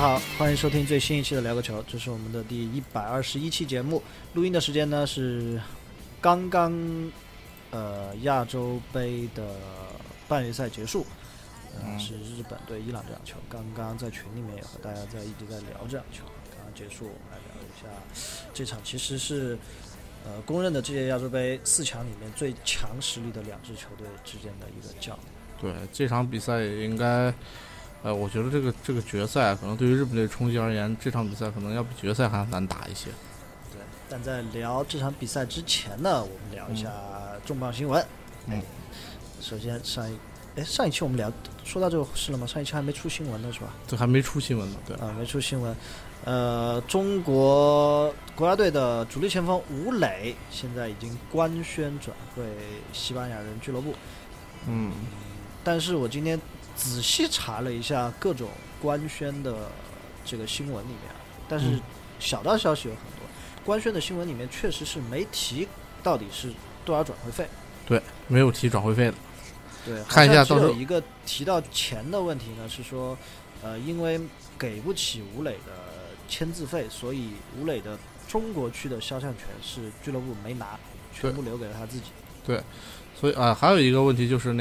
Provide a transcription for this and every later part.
好，欢迎收听最新一期的聊个球，这是我们的第121期节目。录音的时间呢是刚刚亚洲杯的半决赛结束，是日本对伊朗这场球。刚刚在群里面也和大家一直在聊这场球，刚刚结束，我们来聊一下这场其实是公认的这届亚洲杯4强里面最强实力的2支球队之间的一个较量。 对，这场比赛应该我觉得这个决赛可能对于日本队冲击而言，这场比赛可能要比决赛还难打一些。 对，但在聊这场比赛之前呢，我们聊一下重磅新闻。首先上一期我们说到这个事了吗？上一期还没出新闻呢，是吧？ 这还没出新闻呢，对啊，没出新闻。中国国家队的主力前锋吴磊现在已经官宣转会西班牙人俱乐部。但是我今天仔细查了一下各种官宣的这个新闻里面，但是小道消息有很多，官宣的新闻里面确实是没提到底是多少转会费。 对，没有提转会费的。 对， 看一下到时候有一个提到钱的问题呢，是说因为给不起吴磊的签字费，所以吴磊的中国区的肖像权是俱乐部没拿，全部留给了他自己。 对，所以还有一个问题就是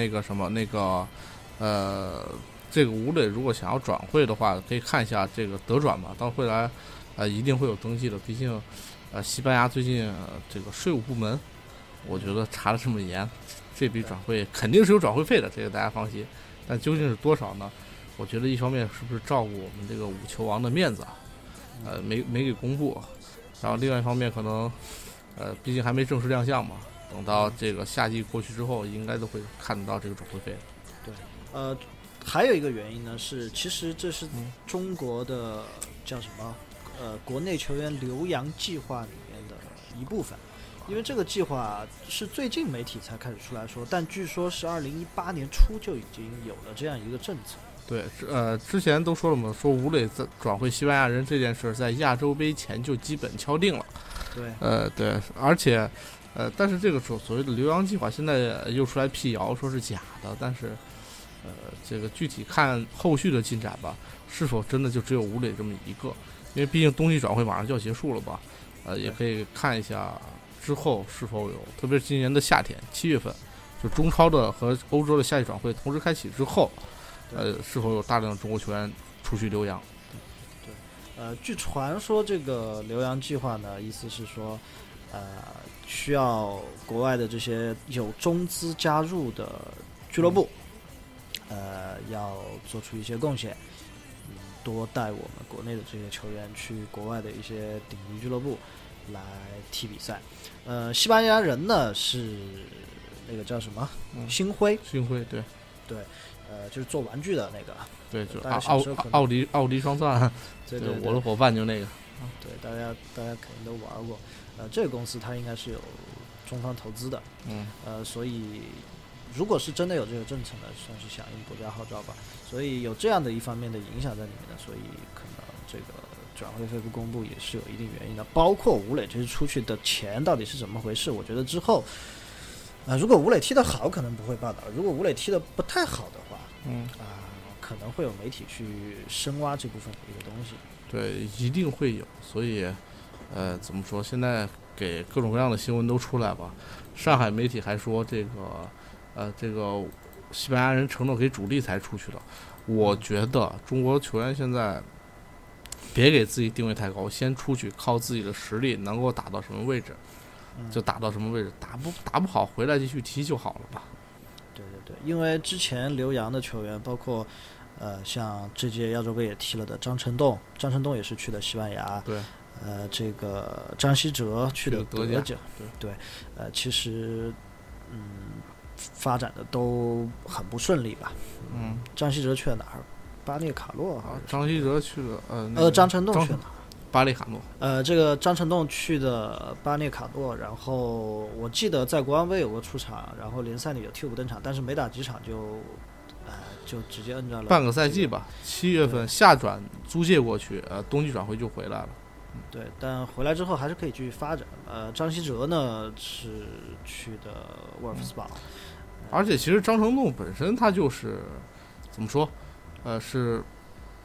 这个吴磊如果想要转会的话，可以看一下这个德转吧，到未来一定会有登记的，毕竟西班牙最近这个税务部门，我觉得查得这么严，这笔转会肯定是有转会费的，这个大家放心。但究竟是多少呢？我觉得一方面是不是照顾我们这个五球王的面子没给公布，然后另外一方面可能毕竟还没正式亮相嘛，等到这个夏季过去之后，应该都会看得到这个转会费。 对，还有一个原因呢是，其实这是中国的叫什么国内球员留洋计划里面的一部分，因为这个计划是最近媒体才开始出来说，但据说是2018年初就已经有了这样一个政策。 对，之前都说了嘛，说吴磊转会西班牙人这件事在亚洲杯前就基本敲定了。 对， 对，而且但是这个所谓的留洋计划现在又出来辟谣说是假的，但是这个具体看后续的进展吧，是否真的就只有吴磊这么一个？因为毕竟冬季转会马上就要结束了吧，也可以看一下之后是否有，特别是今年的夏天7月份，就中超的和欧洲的夏季转会同时开启之后，是否有大量的中国球员出去留洋？ 对，据传说这个留洋计划呢，意思是说，需要国外的这些有中资加入的俱乐部，要做出一些贡献，多带我们国内的这些球员去国外的一些顶级俱乐部来踢比赛。西班牙人呢是那个叫什么？星辉，对，就是做玩具的那个。 对，就奥迪双钻， 对， 我的伙伴就那个。 对，大家肯定都玩过。这个公司它应该是有中方投资的。所以如果是真的有这个政策呢，算是响应国家号召吧。所以有这样的一方面的影响在里面的，所以可能这个转会费不公布也是有一定原因的。包括吴磊这次出去的钱到底是怎么回事，我觉得之后如果吴磊踢得好可能不会报道，如果吴磊踢得不太好的话，可能会有媒体去深挖这部分的一个东西。 对，一定会有。所以怎么说，现在给各种各样的新闻都出来吧。上海媒体还说这个西班牙人承诺给主力才出去的。我觉得中国球员现在别给自己定位太高，先出去靠自己的实力能够打到什么位置就打到什么位置，打不好回来继续踢就好了吧。 对，因为之前留洋的球员包括像这届亚洲杯也踢了的张成栋也是去的西班牙。 对， 这个张稀哲去的德甲。对，其实发展的都很不顺利吧。张稀哲去了哪儿？巴列卡诺好像。 张稀哲去了张成栋去了哪儿？ 巴列卡诺。 这个张成栋去的巴列卡诺，然后我记得在国王杯有过出场，然后联赛里有替补登场，但是没打几场就直接摁着了半个赛季吧，7月份下转租借过去，冬季转会就回来了。 对，但回来之后还是可以继续发展。张稀哲呢是去的沃尔夫斯堡。 而且其实张成栋本身他就是怎么说，是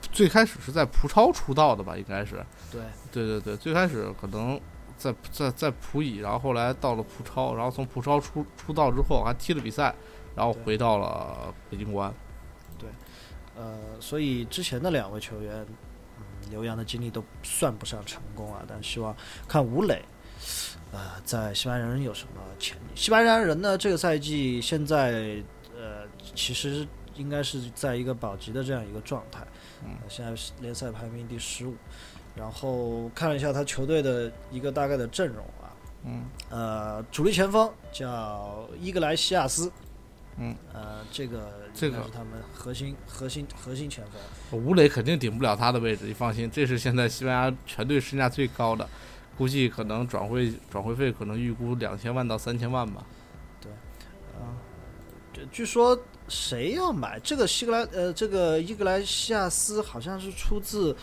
最开始是在葡超出道的吧，应该是。 对， 最开始可能在葡乙，然后后来到了葡超，然后从葡超出道之后还踢了比赛，然后回到了北京国安。 对，所以之前的2位球员，留洋的经历都算不上成功啊，但希望看吴磊。在西班牙人有什么潜力？西班牙人呢，这个赛季现在其实应该是在一个保级的这样一个状态，现在联赛排名第15，然后看了一下他球队的一个大概的阵容啊，主力前锋叫伊格莱西亚斯，这个应该是他们核心前锋。 吴磊肯定顶不了他的位置，你放心，这是现在西班牙全队身价最高的。估计可能转会费可能预估2000万到3000万吧。 对，据说谁要买这个这个伊格莱西亚斯，好像是出自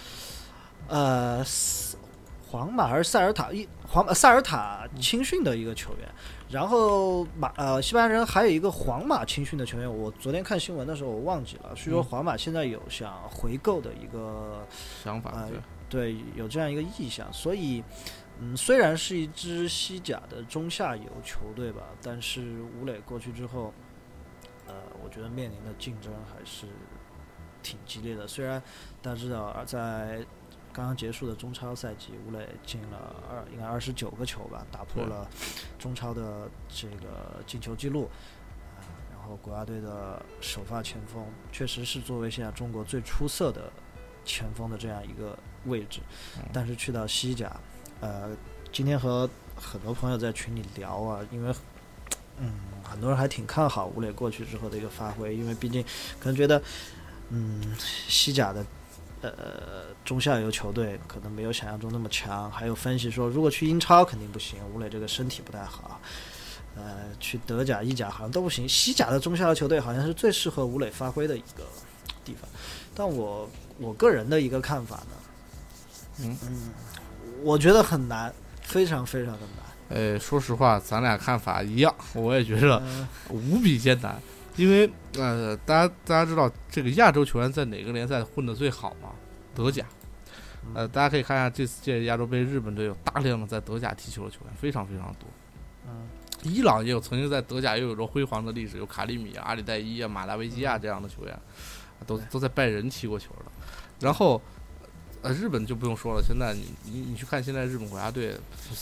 皇马还是塞尔塔青训的一个球员。然后西班牙人还有一个皇马青训的球员，我昨天看新闻的时候我忘记了，据说皇马现在有想回购的一个想法， 对，有这样一个意向，所以虽然是一支西甲的中下游球队吧，但是吴磊过去之后，我觉得面临的竞争还是挺激烈的。虽然大家知道，在刚刚结束的中超赛季，吴磊进了应该29个球吧，打破了中超的这个进球记录。然后国家队的首发前锋确实是作为现在中国最出色的前锋的这样一个位置，但是去到西甲，今天和很多朋友在群里聊啊，因为很多人还挺看好吴磊过去之后的一个发挥，因为毕竟可能觉得西甲的中下游球队可能没有想象中那么强，还有分析说如果去英超肯定不行，吴磊这个身体不太好，去德甲意甲好像都不行，西甲的中下游球队好像是最适合吴磊发挥的一个地方。但我个人的一个看法呢，我觉得很难，非常非常的难。 说实话，咱俩看法一样，我也觉得无比艰难。因为大家知道这个亚洲球员在哪个联赛混得最好吗？德甲。大家可以看一下这次届亚洲杯，日本队有大量的在德甲踢球的球员，非常非常多。伊朗也有曾经在德甲又有着辉煌的历史，有卡利米啊、阿里代伊啊、马达维基亚这样的球员，都在拜仁踢过球的。然后日本就不用说了，现在你去看现在日本国家队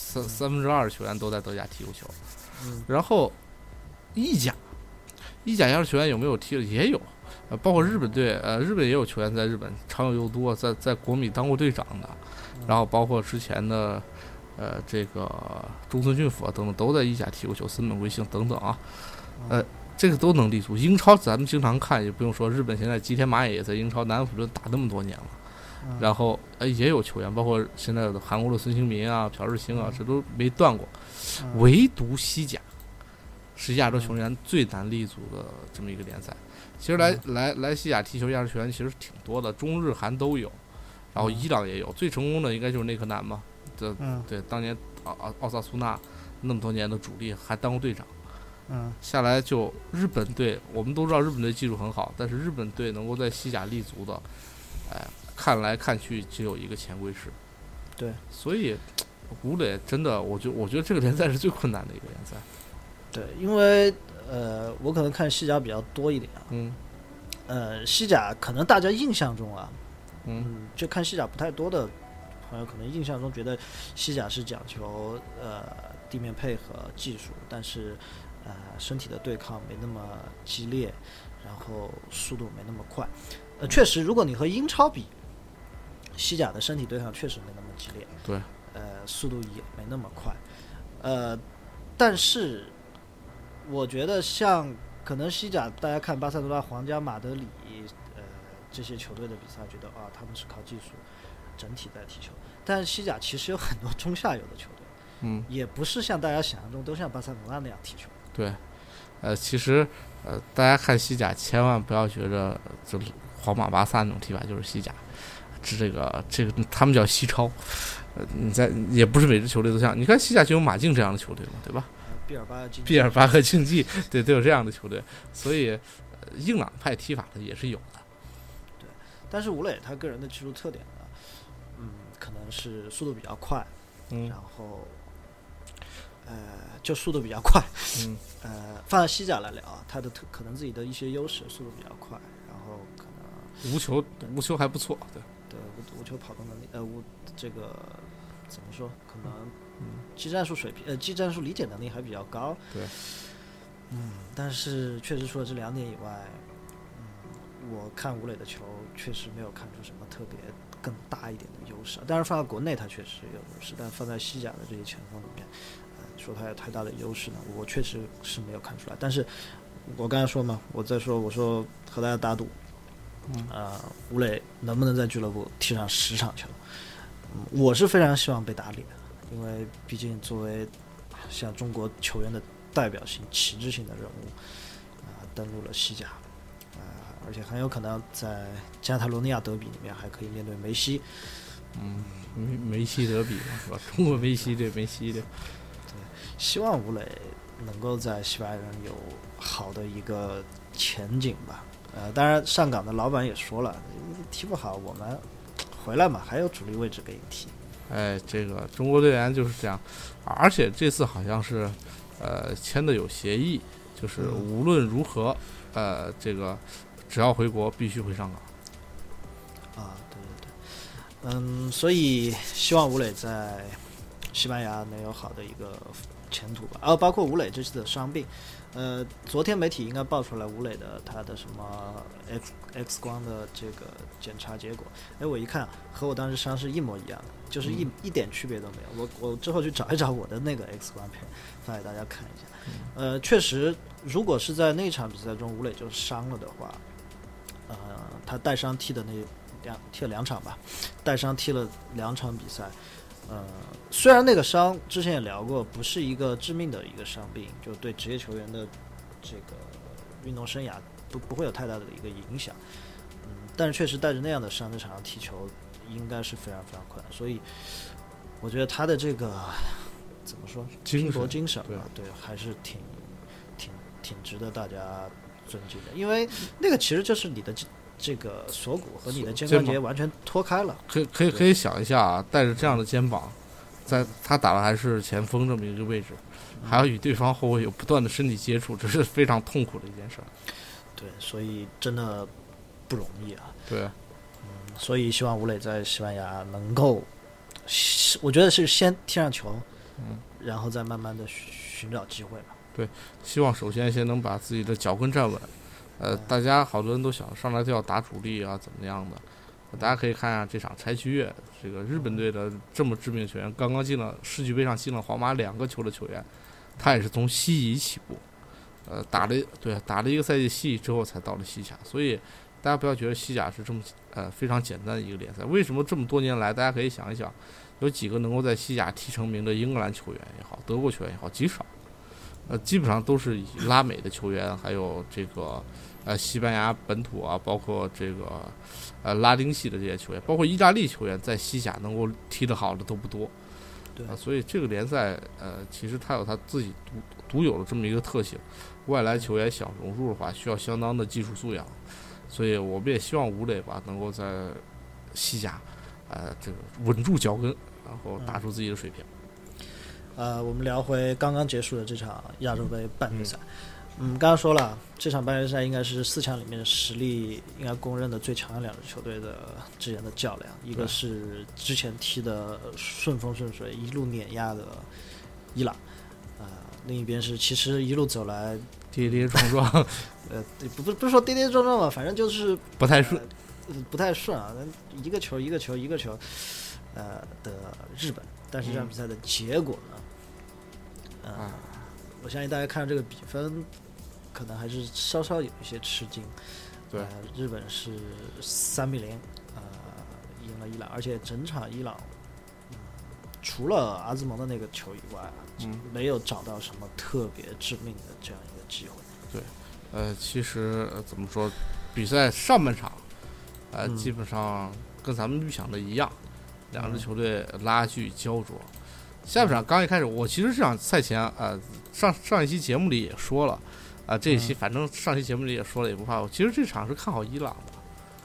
2/3球员都在德甲踢过球。然后意甲亚洲球员有没有踢的？也有，包括日本队，日本也有球员在日本长友佑多在国米当过队长的，然后包括之前的这个中村俊辅等等都在意甲踢过球，森本圭幸等等啊，这个都能立足。英超咱们经常看，也不用说，日本现在吉田麻也也在英超南安普顿打那么多年了，然后也有球员，包括现在的韩国的孙兴民啊、朴日兴啊，这都没断过，唯独西甲是亚洲球员最难立足的这么一个联赛。其实来西甲踢球亚洲球员其实挺多的，中日韩都有，然后伊朗也有，最成功的应该就是内克南嘛，对，当年奥萨苏纳那么多年的主力，还当过队长。下来就日本队，我们都知道日本队技术很好，但是日本队能够在西甲立足的，看来看去只有一个潜规士。 对， 所以吴磊真的，我觉得这个联赛是最困难的一个联赛。 对，因为我可能看西甲比较多一点西甲可能大家印象中就看西甲不太多的朋友可能印象中觉得西甲是讲求地面配合技术，但是身体的对抗没那么激烈，然后速度没那么快。确实，如果你和英超比，西甲的身体对抗确实没那么激烈， 对， 速度也没那么快，但是我觉得像可能西甲大家看巴塞罗那、皇家马德里这些球队的比赛，觉得他们是靠技术整体在踢球，但是西甲其实有很多中下游的球队，也不是像大家想象中都像巴塞罗那那样踢球。 对，其实大家看西甲千万不要觉着这皇马、巴萨那种踢法就是西甲，这个他们叫西超，也不是每支球队都像，你看西甲就有马竞这样的球队嘛，对吧？ 毕尔巴鄂竞技， 对，都有这样的球队，所以硬朗派踢法的也是有的。 对， 但是吴磊他个人的技术特点呢，可能是速度比较快，然后就速度比较快，放在西甲来聊，他的可能自己的一些优势，速度比较快，然后可能无球还不错， 对无球跑动能力，这个怎么说？可能技战术水平，技战术理解能力还比较高， 对， 但是确实除了这2点以外，我看吴磊的球确实没有看出什么特别更大一点的优势，当然放在国内他确实有优势，但放在西甲的这些前锋里面，说他有太大的优势呢，我确实是没有看出来。但是我刚才说嘛，我说和大家打赌，吴磊能不能在俱乐部踢上10场球？我是非常希望被打脸，因为毕竟作为像中国球员的代表性、旗帜性的人物，登陆了西甲。而且很有可能在加泰罗尼亚德比里面还可以面对梅西， 梅西德比是吧？中国梅西对梅西的， 对，希望吴磊能够在西班牙人有好的一个前景吧。当然上港的老板也说了，踢不好我们回来嘛，还有主力位置给你踢。 这个中国队员就是这样，而且这次好像是签的有协议，就是无论如何这个。只要回国必须会上岗对，所以希望吴磊在西班牙能有好的一个前途吧。包括吴磊这次的伤病，昨天媒体应该爆出来吴磊的他的什么 X 光的这个检查结果，我一看和我当时伤是一模一样的，就是一点区别都没有。我之后去找一找我的那个 X 光片，发给大家看一下。确实，如果是在那场比赛中吴磊就伤了的话。他带伤踢了2场吧，带伤踢了2场比赛。虽然那个伤之前也聊过，不是一个致命的一个伤病，就对职业球员的这个运动生涯不会有太大的一个影响。但是确实带着那样的伤在场上踢球，应该是非常非常困难。所以我觉得他的这个怎么说，拼搏精神吧，对，还是挺值得大家尊敬的，因为那个其实就是你的这个锁骨和你的肩关节完全脱开了。 可以想一下啊，带着这样的肩膀，在他打的还是前锋这么一个位置，还要与对方后卫有不断的身体接触，这是非常痛苦的一件事。 对，所以真的不容易啊。 对， 所以希望吴磊在西班牙能够，我觉得是先踢上球，然后再慢慢的寻找机会吧。 对，希望首先能把自己的脚跟站稳。大家好多人都想上来就要打主力啊，怎么样的？大家可以看一下这场柴崎岳，这个日本队的这么知名球员，刚刚进了世俱杯上进了皇马2个球的球员，他也是从西乙起步，打了一个赛季西乙之后才到了西甲，所以大家不要觉得西甲是这么非常简单的一个联赛。为什么这么多年来，大家可以想一想，有几个能够在西甲踢成名的英格兰球员也好，德国球员也好，极少。基本上都是以拉美的球员，还有这个西班牙本土啊，包括这个拉丁系的这些球员，包括意大利球员，在西甲能够踢得好的都不多。 对， 所以这个联赛其实它有它自己独有的这么一个特性，外来球员想融入的话，需要相当的技术素养。所以我们也希望吴磊吧能够在西甲这个稳住脚跟，然后打出自己的水平。 我们聊回刚刚结束的这场亚洲杯半决赛。刚刚说了，这场半决赛应该是4强里面实力应该公认的最强的2支球队的之间的较量，一个是之前踢的顺风顺水一路碾压的伊朗，另一边是其实一路走来跌跌撞撞， 不是说跌跌撞撞吧，反正就是不太顺， 啊，一个球的日本，但是这场比赛的结果呢？我相信大家看到这个比分，可能还是稍稍有一些吃惊。 对， 日本是3-0，赢了伊朗，而且整场伊朗，除了阿兹蒙的那个球以外，没有找到什么特别致命的这样一个机会。 对，其实怎么说，比赛上半场，基本上跟咱们预想的一样，2支球队拉锯焦灼。下半场刚一开始，我其实这场赛前上一期节目里也说了，这一期反正上期节目里也说了，也不怕。我其实这场是看好伊朗的，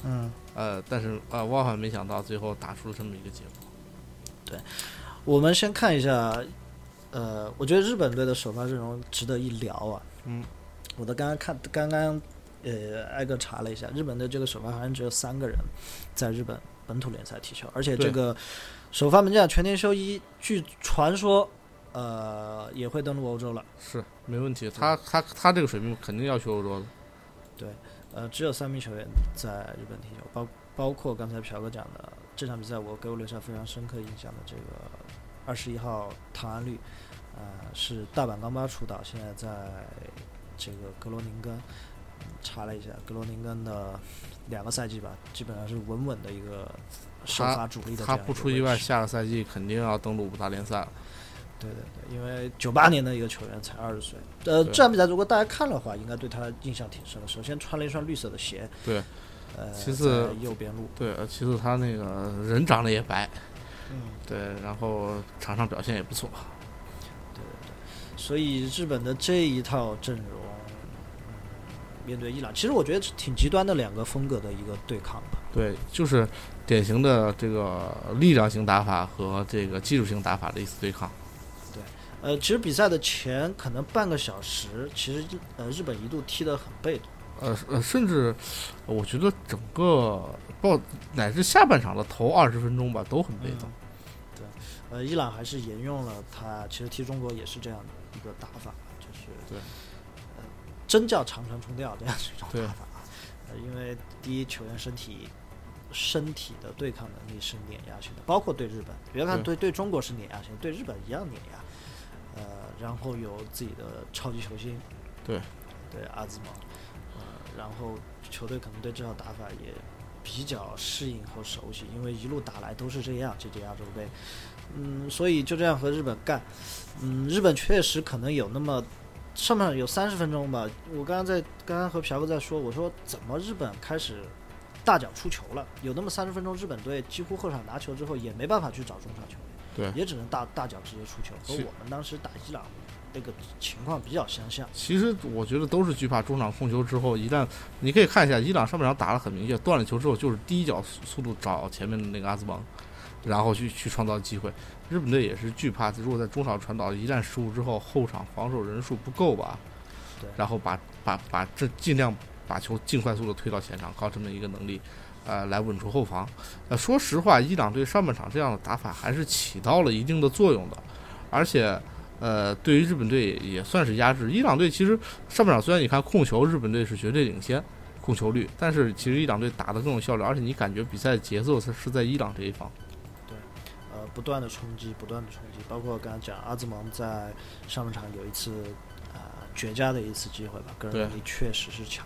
但是万万没想到最后打出了这么一个结果。 对，我们先看一下，我觉得日本队的首发阵容值得一聊啊。我的刚刚挨个查了一下，日本队这个首发好像只有3个人在日本本土联赛踢球，而且这个首发门将全田修一，据传说也会登陆欧洲了。 是没问题，他这个水平肯定要去欧洲的。 对，只有3名球员在日本踢球，包括刚才朴哥讲的这场比赛，给我留下非常深刻印象的这个21号唐安绿，是大阪钢巴出道，现在在这个格罗宁根。查了一下，格罗宁根的2个赛季吧，基本上是稳稳的一个首发主力的。 他不出意外，下个赛季肯定要登陆5大联赛了。 对，因为98年的一个球员才20岁。这场比赛如果大家看的话，应该对他印象挺深的。首先穿了一双绿色的鞋， 对，其次在右边路， 对，其次他那个人长得也白，对，然后场上表现也不错。 对，所以日本的这一套阵容。面对伊朗，其实我觉得挺极端的2个风格的一个对抗吧。 对，就是典型的这个力量型打法和这个技术型打法的一次对抗。 对，其实比赛的前可能半个小时，其实日本一度踢得很被动。 甚至我觉得整个乃至下半场的头20分钟吧，都很被动。 对，伊朗还是沿用了他其实踢中国也是这样的一个打法，就是对。 真叫长传冲吊这样一种打法，因为第一球员身体的对抗能力是碾压性的，包括对日本，别看对中国是碾压性，对日本一样碾压。然后有自己的超级球星，对阿兹蒙，然后球队可能对这套打法也比较适应和熟悉，因为一路打来都是这样，这届亚洲杯，所以就这样和日本干，日本确实可能有那么。上面有30分钟吧，我刚刚和朴哥在说，我说怎么日本开始大脚出球了？有那么30分钟，日本队几乎后场拿球之后也没办法去找中场球员，对，也只能大脚直接出球，和我们当时打伊朗那个情况比较相像。 其实我觉得都是惧怕中场控球之后，一旦你可以看一下伊朗上半场打得很明显，断了球之后就是第一脚速度找前面的那个阿兹蒙，然后去创造机会。日本队也是惧怕，如果在中场传导一旦失误之后，后场防守人数不够吧， 对， 然后把这尽量把球尽快速的推到前场，靠这么一个能力，来稳住后防。说实话，伊朗队上半场这样的打法还是起到了一定的作用的，而且对于日本队也算是压制。伊朗队其实上半场虽然你看控球，日本队是绝对领先控球率，但是其实伊朗队打得更有效率，而且你感觉比赛节奏是在伊朗这一方。 不断的冲击，包括刚才讲阿兹蒙在上半场有一次绝佳的一次机会吧，个人能力确实是强，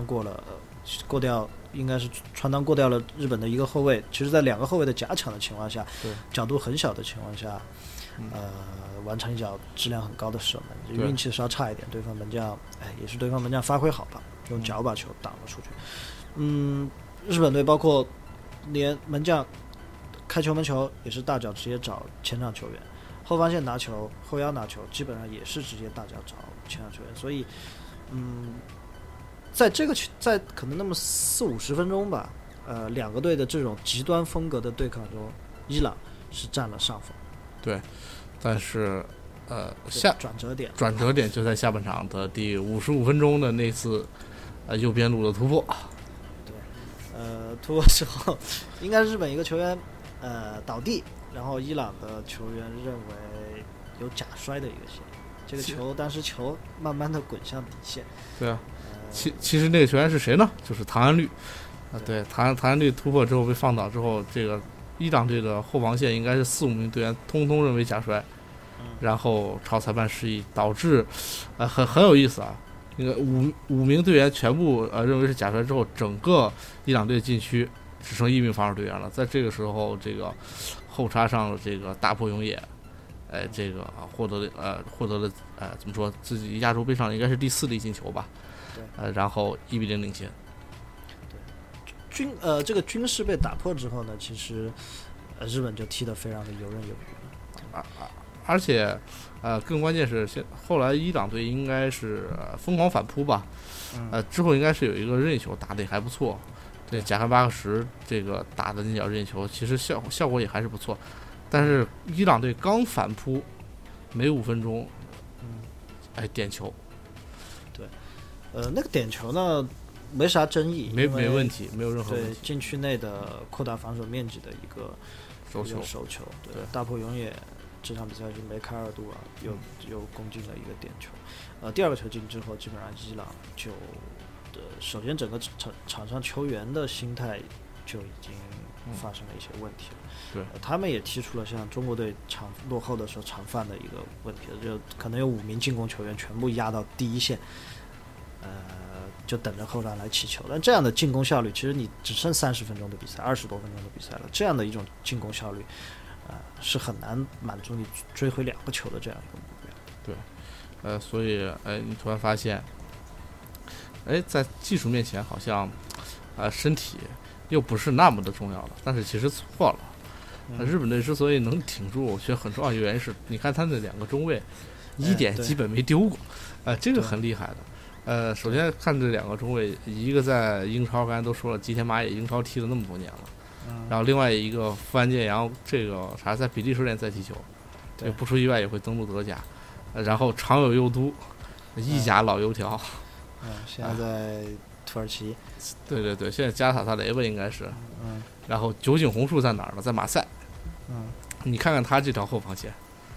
应该是穿裆过掉了日本的一个后卫。其实在2个后卫的夹抢的情况下，角度很小的情况下，完成一脚质量很高的射门，运气稍差一点，对方门将也是对方门将发挥好吧，用脚把球挡了出去。日本队包括连门将开球门球也是大脚直接找前场球员，后防线拿球，后腰拿球，基本上也是直接大脚找前场球员。所以，在可能那么40-50分钟吧，2个队的这种极端风格的对抗中，伊朗是占了上风。 对，但是转折点就在下半场的第55分钟的那次右边路的突破。 对，突破之后，应该是日本一个球员倒地，然后伊朗的球员认为有假摔的一个嫌疑。这个当时球慢慢的滚向底线。 对啊，其实那个球员是谁呢？就是唐安绿。对，唐安绿突破之后被放倒之后，这个伊朗队的后防线应该是4-5名队员通通认为假摔，然后朝裁判示意，导致很有意思啊。那个五名队员全部认为是假摔之后，整个伊朗队禁区只剩1名防守队员了。在这个时候，这个后插上了这个大迫勇也，这个获得了怎么说，自己亚洲杯上应该是第4粒进球吧，然后1-0领先。 对，这个均势被打破之后呢，其实日本就踢得非常的游刃有余了。 而且更关键是后来伊朗队应该是疯狂反扑吧，之后应该是有一个任意球打得也还不错， 对，贾坎巴克什这个打的那脚任意球，其实效果也还是不错。但是伊朗队刚反扑没5分钟，点球。 对，那个点球呢，没啥争议， 没问题，没有任何问题。 对，禁区内的扩大防守面积的一个手球，对，大迫勇也这场比赛是梅开二度啊，又攻进了一个点球。第二个球进之后，基本上伊朗就首先整个场上球员的心态就已经发生了一些问题了。 对， 他们也提出了像中国队落后的时候常犯的一个问题，就可能有5名进攻球员全部压到第一线，就等着后场来起球。但这样的进攻效率，其实你只剩30分钟的比赛，20多分钟的比赛了，这样的一种进攻效率，是很难满足你追回2个球的这样一个目标。 对，所以你突然发现，在技术面前好像，身体又不是那么的重要了。但是其实错了。日本队之所以能挺住，我觉得很重要的原因是，你看他那2个中卫，1点基本没丢过，这个很厉害的。首先看这2个中卫，一个在英超，刚才都说了，吉田麻也英超踢了那么多年了，然后另外一个富安健洋，这个在比利时联赛踢球，对，不出意外也会登陆德甲，然后常有佑都，意甲老油条， 现在在土耳其， 对，现在加塔萨雷吧应该是，然后酒井宏树在哪儿呢？在马赛，你看看他这条后防线。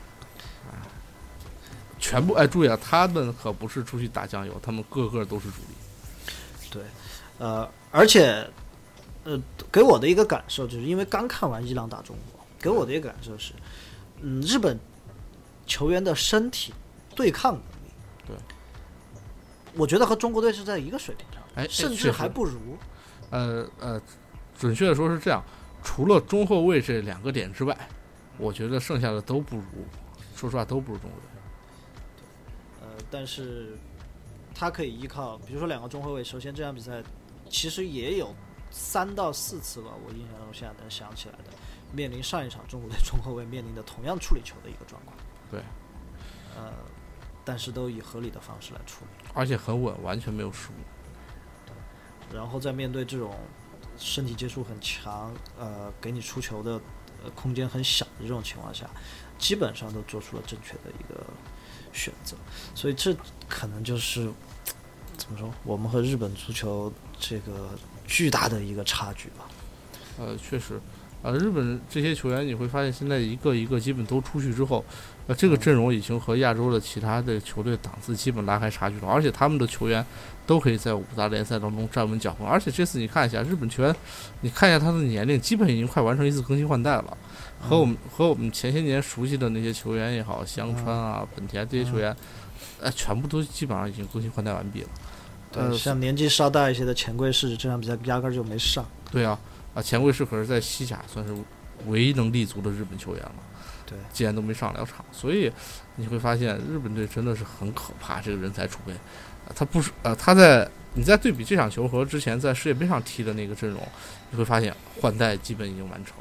全部注意啊！他们可不是出去打酱油，他们个个都是主力。 对，而且，给我的一个感受就是，因为刚看完伊朗打中国，给我的一个感受是，日本球员的身体对抗能力， 对， 我觉得和中国队是在一个水平上，甚至还不如。 准确的说是这样，除了中后卫这2个点之外，我觉得剩下的都不如，说实话都不如中国队。 但是他可以依靠，比如说2个中后卫。首先这场比赛其实也有3到4次吧，我印象中现在能想起来的，面临上一场中国队中后卫面临的同样处理球的一个状况。 对， 但是都以合理的方式来处理， 而且很稳，完全没有失误。 对，然后在面对这种身体接触很强，给你出球的空间很小的这种情况下，基本上都做出了正确的一个选择。所以这可能就是怎么说，我们和日本足球这个巨大的一个差距吧。 确实，日本这些球员你会发现，现在一个一个基本都出去之后，这个阵容已经和亚洲的其他的球队档次基本拉开差距了，而且他们的球员都可以在5大联赛当中站稳脚跟。而且这次你看一下日本球员，你看一下他的年龄，基本已经快完成一次更新换代了。和我们前些年熟悉的那些球员也好，香川啊、本田这些球员，全部都基本上已经更新换代完毕了。 像年纪稍大一些的钱贵士，这场比赛压根就没上。 对啊，钱贵士可是在西甲算是唯一能立足的日本球员了。 对， 既然都没上了场，所以你会发现日本队真的是很可怕，这个人才储备。他不是你在对比这场球和之前在世界杯上踢的那个阵容，你会发现换代基本已经完成了。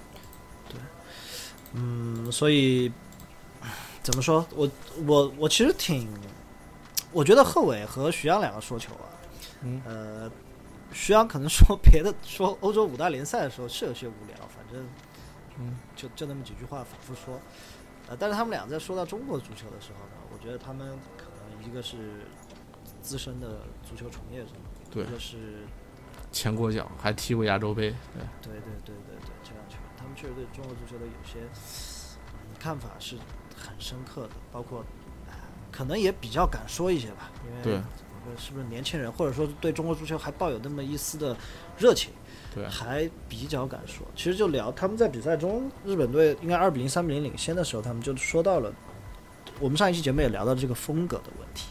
对，所以怎么说？我其实我觉得贺炜和徐阳2个说球啊，徐阳可能说别的，说欧洲5大联赛的时候是有些无聊，反正就那么几句话反复说，但是他们俩在说到中国足球的时候呢，我觉得他们可能一个是资深的足球从业者， 对， 一个是前国脚，还踢过亚洲杯， 对，这样球员，他们确实对中国足球的有些看法是很深刻的，包括可能也比较敢说一些吧，因为对， 是不是年轻人，或者说对中国足球还抱有那么一丝的热情， 对， 还比较敢说。其实就聊他们在比赛中，日本队应该2-0、3-0领先的时候，他们就说到了，我们上一期节目也聊到这个风格的问题。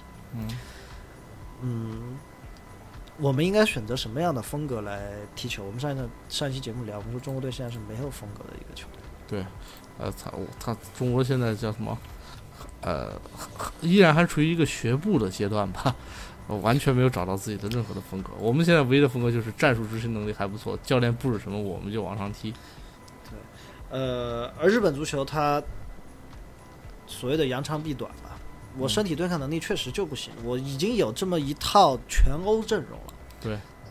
我们应该选择什么样的风格来踢球？我们上一期节目聊，我们说中国队现在是没有风格的一个球队。 对，他中国现在叫什么？依然还处于一个学步的阶段吧，完全没有找到自己的任何的风格。我们现在唯一的风格就是战术执行能力还不错，教练布置什么我们就往上踢。 对，而日本足球它所谓的扬长避短吧，我身体对抗能力确实就不行，我已经有这么一套全欧阵容了。 对，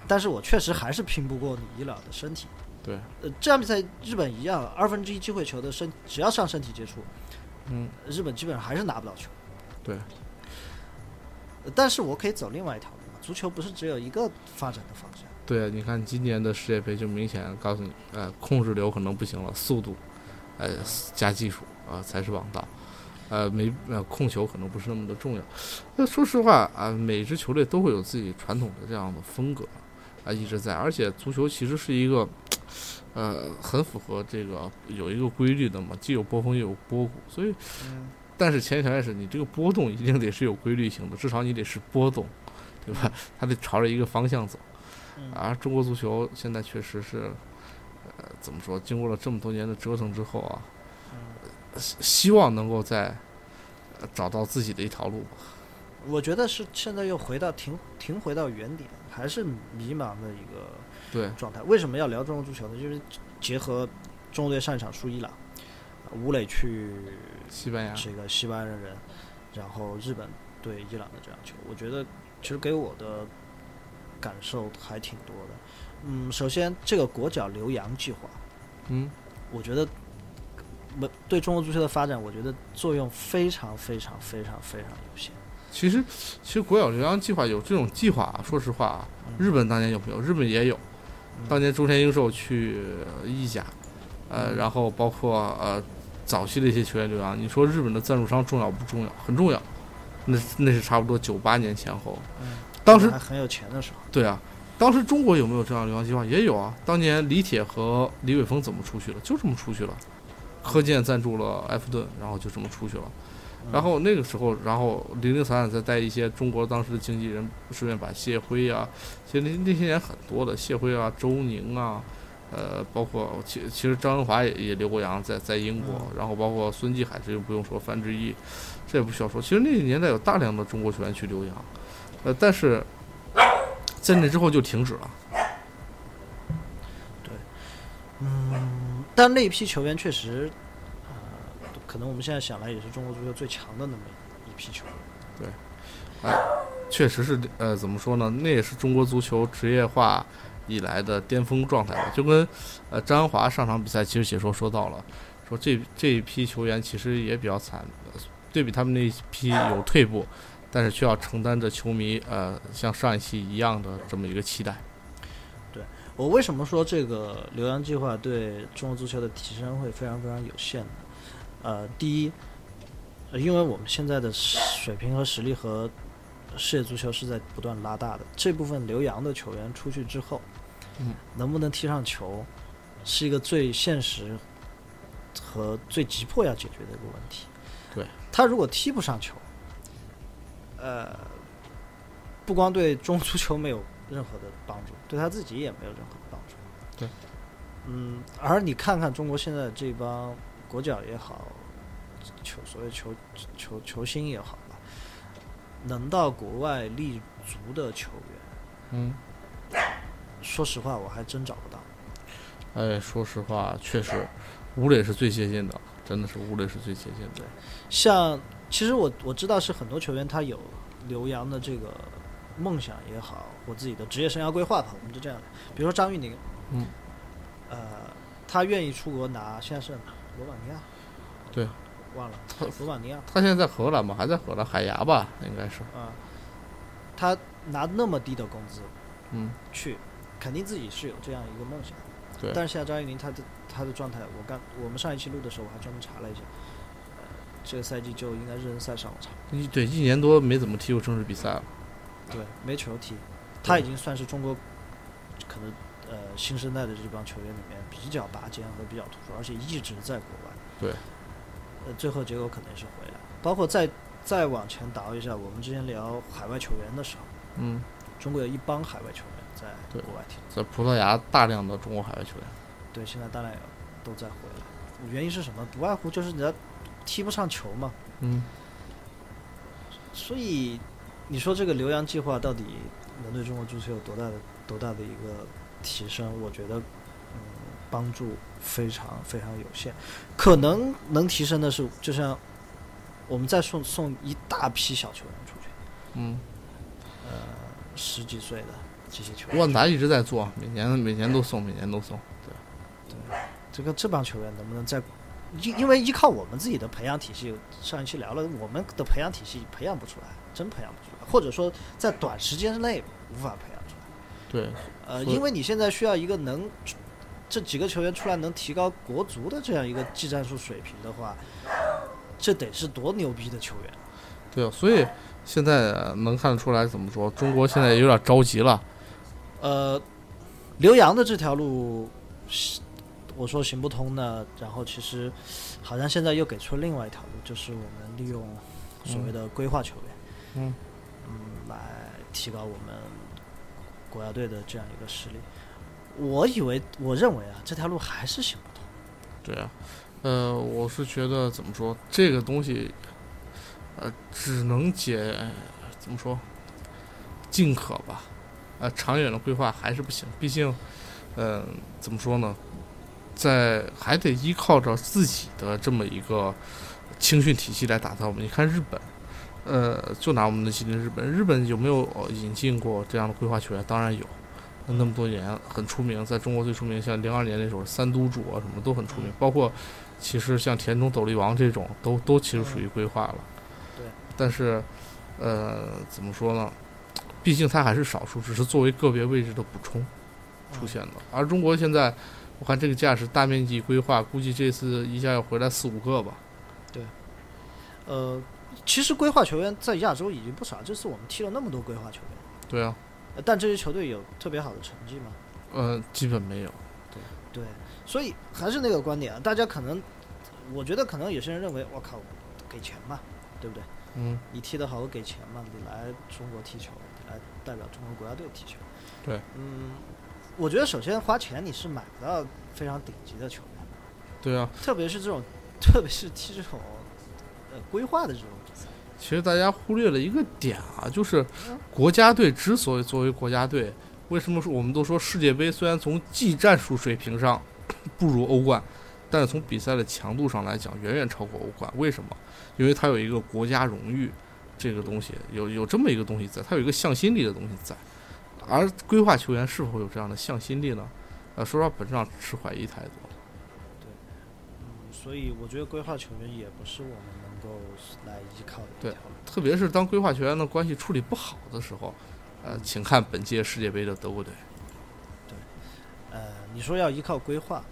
但是我确实还是拼不过你伊朗的身体。 对， 这场比赛日本一样，1/2机会球的只要上身体接触，日本基本上还是拿不到球。 对， 但是我可以走另外一条路嘛，足球不是只有一个发展的方向。 对，你看今年的世界杯就明显告诉你，控制流可能不行了，速度，加技术才是王道。控球可能不是那么的重要。说实话每支球队都会有自己传统的这样的风格一直在，而且足球其实是一个很符合这个有一个规律的嘛，既有波峰又有波谷，所以但是前提条件是你这个波动一定得是有规律性的，至少你得是波动，对吧？它得朝着一个方向走。而中国足球现在确实是怎么说，经过了这么多年的折腾之后希望能够再找到自己的一条路吧。 我觉得是现在又停回到原点，还是迷茫的一个状态。为什么要聊中国足球呢？就是结合中国队上一场输伊朗，吴磊去西班牙， 这个西班牙人，然后日本对伊朗的这样球，我觉得其实给我的感受还挺多的。首先这个国脚留洋计划，我觉得对中国足球的发展，我觉得作用非常非常非常非常有限。 其实国脚留洋计划有这种计划说实话日本当年有没有？日本也有，当年中田英寿去意甲，然后包括早期的一些球员留洋。你说日本的赞助商重要不重要？很重要。那是差不多98年前后，当时还很有钱的时候。 对啊，当时中国有没有这样留洋计划？也有啊。当年李铁和李玮峰怎么出去了？就这么出去了。柯健赞助了埃弗顿，然后就这么出去了。然后那个时候，然后零零散散再带一些中国当时的经纪人，顺便把谢辉其实那些年很多的谢辉周宁包括其实张恩华也留过洋在英国，然后包括孙继海，这就不用说，范志毅，这也不需要说。其实那个年代有大量的中国球员去留洋，但是在那之后就停止了。 对，但那一批球员确实，可能我们现在想来也是中国足球最强的那么一批球员。 对，确实是怎么说呢？那也是中国足球职业化以来的巅峰状态吧。就跟张恩华上场比赛其实解说说到了，说这一批球员其实也比较惨，对比他们那一批有退步，但是却要承担着球迷像上一期一样的这么一个期待。 对，我为什么说这个留洋计划对中国足球的提升会非常非常有限呢？第一，因为我们现在的水平和实力和世界足球是在不断拉大的，这部分留洋的球员出去之后，能不能踢上球，是一个最现实和最急迫要解决的一个问题。 对， 他如果踢不上球，不光对中国足球没有任何的帮助，对他自己也没有任何的帮助。 对， 而你看看中国现在这帮国脚也好，所谓球星也好吧，能到国外立足的球员，说实话我还真找不到。 说实话，确实，吴磊是最接近的，真的是吴磊是最接近的。 对，像其实我知道是很多球员他有留洋的这个梦想也好，或自己的职业生涯规划吧，我们就这样的。比如说张玉宁，他愿意出国拿，现在是罗马尼亚， 对， 忘了罗马尼亚。 他现在在荷兰吗？还在荷兰海牙吧，应该是。 他拿那么低的工资，去，肯定自己是有这样一个梦想。 对。 但是现在张玉宁他的状态，我们上一期录的时候我还专门查了一下，这个赛季就应该热身赛上场。 对，1年多没怎么踢过正式比赛了。 对，没球踢，他已经算是中国可能新生代的这帮球员里面比较拔尖和比较突出，而且一直在国外。 对。 最后结果可能是回来，包括再往前倒一下，我们之前聊海外球员的时候，中国有一帮海外球员在国外踢， 在葡萄牙大量的中国海外球员。 对，现在当然都在回来。原因是什么？不外乎就是人家踢不上球嘛。所以你说这个留洋计划到底能对中国足球有多大的一个提升？我觉得，帮助非常非常有限。可能能提升的是，就像我们再送一大批小球员出去，10几岁的， 这些球员。 万达一直在做，每年都送。 对，这帮球员能不能在，因为依靠我们自己的培养体系，上一期聊了，我们的培养体系培养不出来，真培养不出来，或者说在短时间内无法培养出来。 对，因为你现在需要一个这几个球员出来能提高国足的这样一个技战术水平的话，这得是多牛逼的球员。 对，所以现在能看得出来，怎么说，中国现在有点着急了。 留洋的这条路，我说行不通呢，然后其实好像现在又给出了另外一条路，就是我们利用所谓的规划球员，来提高我们国家队的这样一个实力。我认为啊，这条路还是行不通。 对啊，我是觉得怎么说，这个东西，只能怎么说，尽可吧，长远的规划还是不行。毕竟，怎么说呢，还得依靠着自己的这么一个青训体系来打造。你看日本，就拿我们的吉林日本有没有引进过这样的规划球员？当然有。那么多年很出名，在中国最出名，像02年那时候三都主啊什么都很出名，包括其实像田中斗笠王这种都其实属于规划了。 对。 但是怎么说呢？毕竟它还是少数，只是作为个别位置的补充出现的。而中国现在我看这个架势，大面积规划，估计这次一下要回来4-5个吧。 对。其实规划球员在亚洲已经不少，这次我们踢了那么多规划球员。 对啊。 但这些球队有特别好的成绩吗？ 基本没有。 对，所以还是那个观点啊，大家我觉得可能有些人认为，我靠，给钱嘛，对不对？你踢得好，我给钱嘛，你来中国踢球，你来代表中国国家队踢球。 对。 我觉得首先花钱你是买不到非常顶级的球员。 对啊。 特别是踢这种规划的这种比赛。 其实大家忽略了一个点啊，就是国家队之所以作为国家队，为什么说我们都说世界杯虽然从技战术水平上不如欧冠，但是从比赛的强度上来讲远远超过欧冠。为什么？因为它有一个国家荣誉这个东西，有这么一个东西在，它有一个向心力的东西在。而规划球员是否有这样的向心力呢？说实话，本质上持怀疑态度。 对，所以我觉得规划球员也不是我们能够来依靠的。 对，特别是当规划球员的关系处理不好的时候，请看本届世界杯的德国队。 对，你说要依靠规划，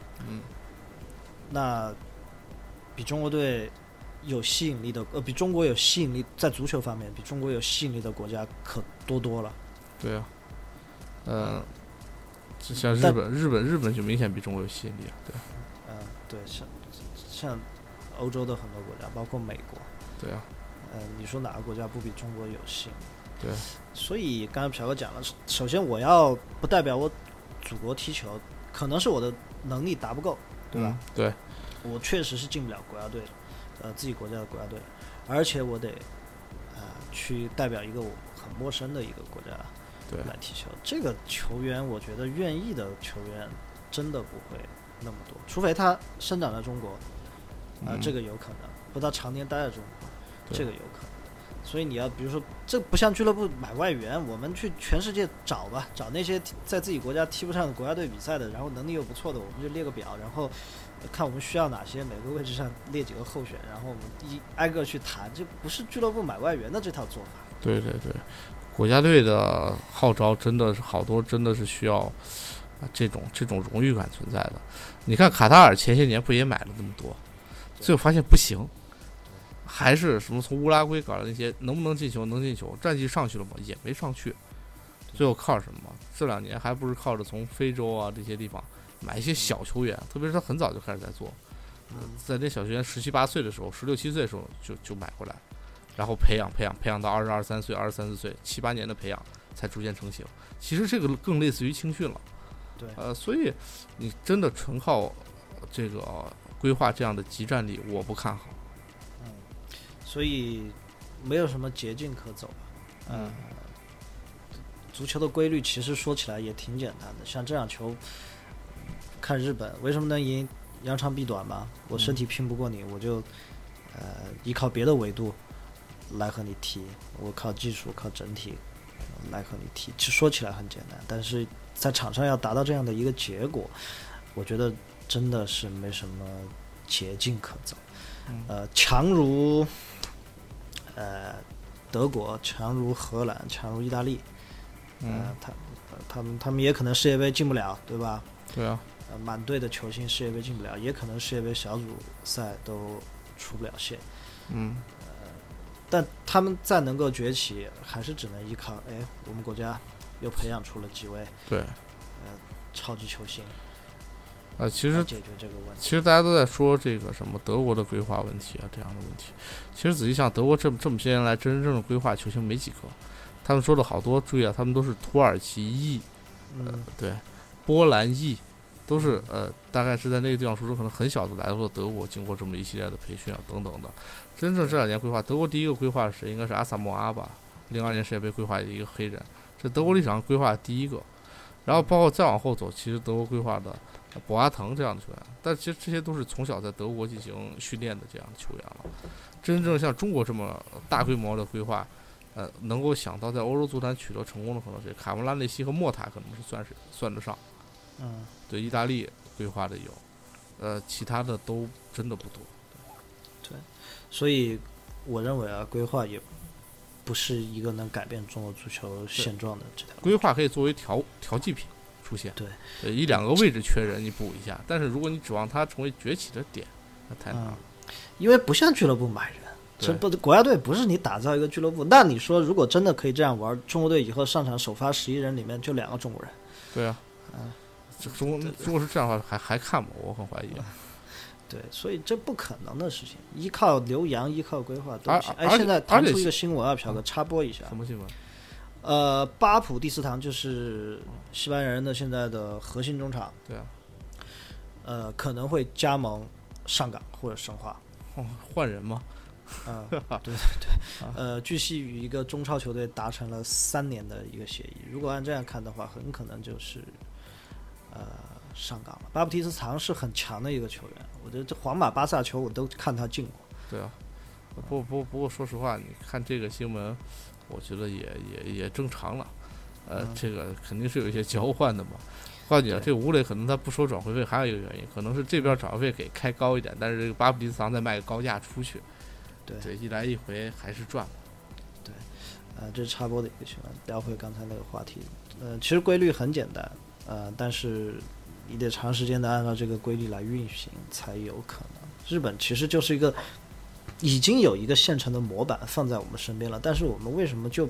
那比中国队有吸引力的，比中国有吸引力，在足球方面比中国有吸引力的国家可多了。 对啊，像日本就明显比中国有吸引力啊。 对，对，像欧洲的很多国家，包括美国。 对啊。 你说哪个国家不比中国有吸引力？ 对。 所以刚才朴哥讲了，首先我要不代表我祖国踢球，可能是我的能力达不够，对吧？ 对。 我确实是进不了国家队，自己国家的国家队，而且我得去代表一个我很陌生的一个国家来踢球。这个球员，我觉得愿意的球员真的不会那么多，除非他生长在中国，这个有可能，或他常年待在中国，这个有可能。所以你要比如说，这不像俱乐部买外援，我们去全世界找吧，找那些在自己国家踢不上国家队比赛的，然后能力又不错的，我们就列个表，然后看我们需要哪些，每个位置上列几个候选，然后我们挨个去谈。这不是俱乐部买外援的这套做法。 对对对，国家队的号召真的是好多，真的是需要这种荣誉感存在的。你看卡塔尔前些年不也买了这么多，最后发现不行。还是什么从乌拉圭搞的那些能不能进球，能进球，战绩上去了吗？也没上去。最后靠什么？这2年还不是靠着从非洲啊这些地方买一些小球员，特别是他很早就开始在做，在那小球员17、18岁的时候，16、17岁的时候就买回来，然后培养到22、23岁、23、24岁，7、8年的培养才逐渐成型。其实这个更类似于青训了。 对。 所以你真的纯靠这个规划这样的集战力，我不看好。 所以没有什么捷径可走。足球的规律其实说起来也挺简单的，像这场球，看日本为什么能赢，扬长避短嘛，我身体拼不过你，我就依靠别的维度来和你踢，我靠技术靠整体莱克尼踢，其实说起来很简单，但是在场上要达到这样的一个结果，我觉得真的是没什么捷径可走。强如德国，强如荷兰，强如意大利，他们也可能世界杯进不了，对吧？ 对啊。 满队的球星世界杯进不了，也可能世界杯小组赛都出不了线。但他们再能够崛起，还是只能依靠我们国家又培养出了几位超级球星。 其实解决这个问题。 其实大家都在说这个什么德国的规划问题啊，这样的问题。其实仔细想，德国这么些年来真正的规划球星没几个。他们说的好多，注意啊，他们都是土耳其裔，对，波兰裔，都是大概是在那个地方出生，可能很小的来到了德国，经过这么一系列的培训啊等等的。真正这2年规划，德国第一个规划是谁？应该是阿萨莫阿吧，02年世界杯规划的一个黑人，这德国历史上规划的第一个。然后包括再往后走，其实德国规划的博阿滕这样的球员，但其实这些都是从小在德国进行训练的这样的球员了。真正像中国这么大规模的规划，能够想到在欧洲足坛取得成功的可能是卡莫拉内西和莫塔，可能是算得上。对，意大利规划的有，其他的都真的不多。 对，所以我认为啊，规划也不是一个能改变中国足球现状的这条路。 规划可以作为调剂品出现， 对 ，1-2个位置缺人你补一下，但是如果你指望它成为崛起的点，那太难了。 因为不像俱乐部买人，这不国家队不是你打造一个俱乐部。那你说如果真的可以这样玩，中国队以后上场首发11人里面就2个中国人。 对啊，中国是这样的话还看吗？我很怀疑。 对，所以这不可能的事情，依靠留洋，依靠规划都不行。现在弹出一个新闻啊，朴哥插播一下。 什么新闻？ 巴普蒂斯堂就是西班牙人的现在的核心中场。 对啊。 可能会加盟上港或者申花。 换人吗？ 对。据悉与一个中超球队达成了3年的一个协议。如果按这样看的话，很可能就是上港了。巴普蒂斯堂是很强的一个球员，我觉得这皇马、巴萨球我都看他进过。 对啊。不过说实话，你看这个新闻，我觉得也正常了。这个肯定是有一些交换的嘛。告诉你啊，这个吴磊可能他不收转会费，还有一个原因，可能是这边转会费给开高一点，但是这个巴普蒂斯堂再卖个高价出去。对，一来一回还是赚。 对，这是插播的一个新闻，聊回刚才那个话题。其实规律很简单，但是你得长时间的按照这个规律来运行才有可能。日本其实就是已经有一个现成的模板放在我们身边了，但是我们为什么就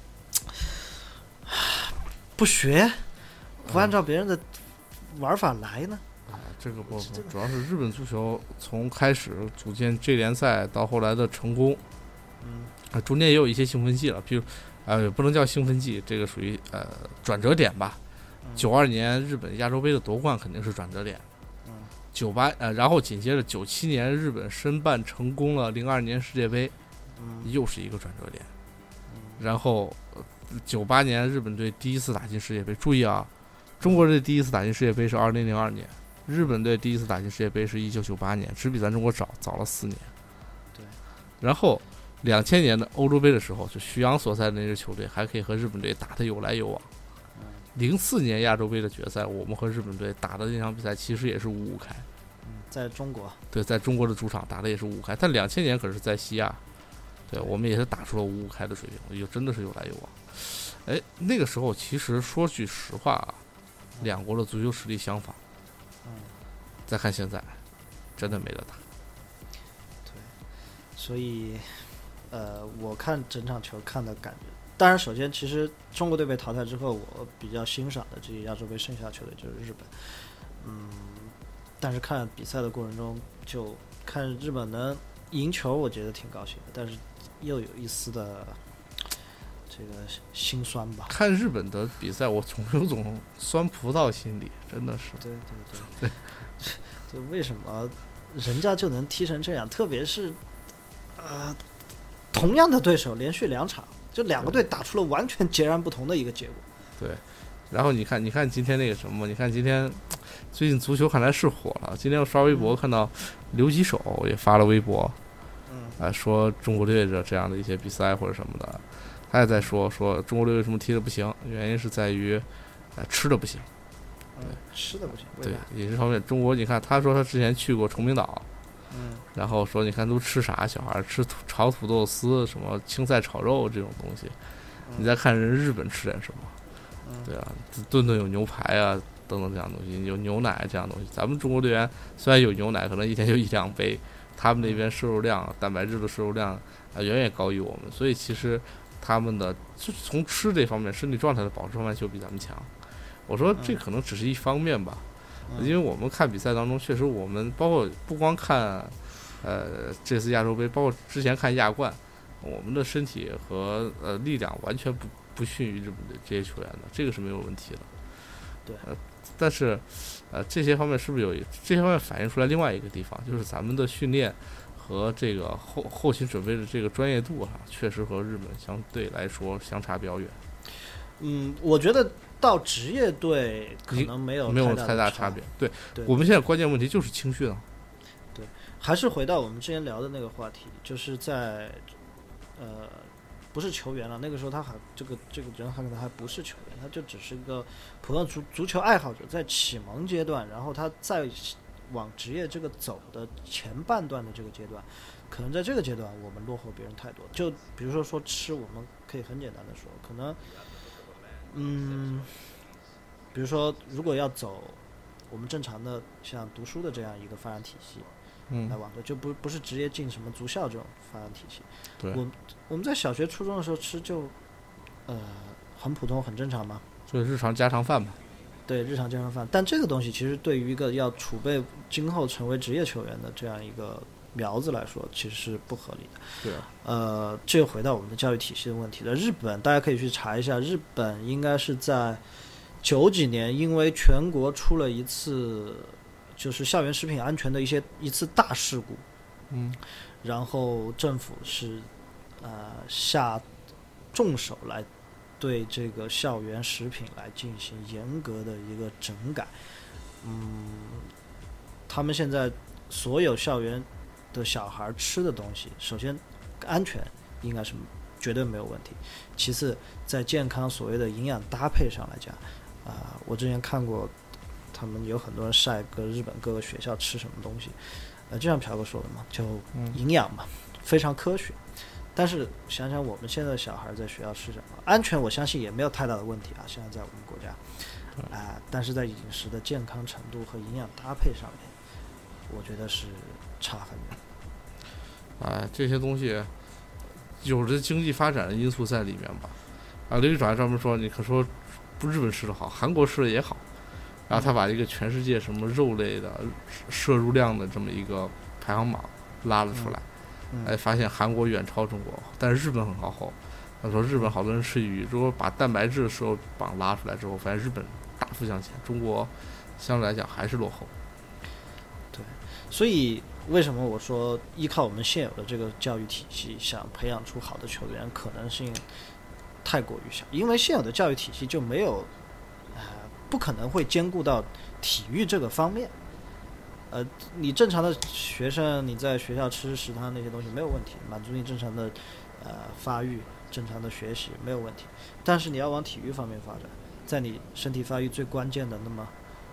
不学，不按照别人的玩法来呢？ 这个不主要是日本足球从开始组建J联赛到后来的成功，中间也有一些兴奋剂了，比如也不能叫兴奋剂，这个属于转折点吧。92年日本亚洲杯的夺冠肯定是转折点。然后紧接着97年日本申办成功了02年世界杯，又是一个转折点。然后98年日本队第一次打进世界杯，注意啊，中国队第一次打进世界杯是2002年，日本队第一次打进世界杯是1998年，只比咱中国早了4年。 对。 然后2000年的欧洲杯的时候，就徐阳所在的那支球队还可以和日本队打得有来有往。04年亚洲杯的决赛，我们和日本队打的那场比赛其实也是5-5开。 在中国。 对，在中国的主场打的也是5-5开，但2000年可是在西亚，对，我们也是打出了5-5开的水平，真的是有来有往。那个时候其实说句实话啊，两国的足球实力相仿。再看现在，真的没得打。 对，所以我看整场球看的感觉，当然首先其实中国队被淘汰之后，我比较欣赏的这些亚洲杯剩下球队就是日本。但是看比赛的过程中，就看日本能赢球，我觉得挺高兴的，但是又有一丝的这个心酸吧。 看日本的比赛，我总有种酸葡萄心理，真的是。 对，就为什么人家就能踢成这样？特别是同样的对手连续2场，就2个队打出了完全截然不同的一个结果。 对。然后你看今天那个什么，你看今天最近足球看来是火了。今天我刷微博看到刘吉手也发了微博，说中国队的这样的一些比赛或者什么的， 他也在说中国队为什么踢得不行，原因是在于吃的不行。对， 吃的不行。 对，饮食方面，中国你看，他说他之前去过崇明岛，然后说你看都吃啥，小孩吃炒土豆丝，什么青菜炒肉这种东西，你再看人日本吃点什么，对啊，顿顿有牛排啊等等这样的东西，有牛奶这样的东西。咱们中国队员虽然有牛奶，可能一天就1-2杯，他们那边摄入量、蛋白质的摄入量远远高于我们，所以其实他们的从吃这方面、身体状态的保持方面就比咱们强。我说这可能只是一方面吧，因为我们看比赛当中，确实我们包括不光看这次亚洲杯，包括之前看亚冠，我们的身体和力量完全不逊于日本的这些球员的，这个是没有问题的。 对， 但是这些方面是不是这些方面反映出来另外一个地方，就是咱们的训练和这个后勤准备的这个专业度确实和日本相对来说相差比较远。 我觉得到职业队可能没有太大差别。对， 对， 我们现在关键问题就是青训啊。 对，还是回到我们之前聊的那个话题，就是在不是球员了，那个时候他还这个人可能还不是球员，他就只是一个普通足球爱好者，在启蒙阶段，然后他在往职业这个走的前半段的这个阶段，可能在这个阶段我们落后别人太多。就比如说吃，我们可以很简单的说，可能比如说如果要走我们正常的像读书的这样一个发展体系，来往的就不是直接进什么足校这种发展体系。 对， 我们在小学初中的时候吃就很普通很正常嘛， 就是日常家常饭嘛。 对，日常家常饭。但这个东西其实对于一个要储备今后成为职业球员的这样一个苗子来说，其实是不合理的。 对， 这又回到我们的教育体系的问题了。日本大家可以去查一下，日本应该是在90几年，因为全国出了一次就是校园食品安全的一次大事故，然后政府是下重手来对这个校园食品来进行严格的一个整改。他们现在所有校园的小孩吃的东西，首先安全应该是绝对没有问题，其次在健康所谓的营养搭配上来讲，我之前看过他们有很多人晒日本各个学校吃什么东西，就像朴哥说的嘛，就营养嘛，非常科学。但是想想我们现在的小孩在学校吃什么，安全我相信也没有太大的问题现在在我们国家，但是在饮食的健康程度和营养搭配上面，我觉得是差很远。 这些东西有着经济发展的因素在里面吧。刘局长还专门说，你可说不日本吃的好，韩国吃的也好，然后他把一个全世界什么肉类的摄入量的这么一个排行榜拉了出来。发现韩国远超中国，但是日本很靠后。他说日本好多人吃鱼，如果把蛋白质的摄入榜拉出来之后，发现日本大幅向前，中国相对来讲还是落后。 对，所以为什么我说依靠我们现有的这个教育体系想培养出好的球员可能性太过于小，因为现有的教育体系就没有不可能会兼顾到体育这个方面。你正常的学生，你在学校吃食堂那些东西没有问题，满足你正常的发育、正常的学习没有问题。但是你要往体育方面发展，在你身体发育最关键的那么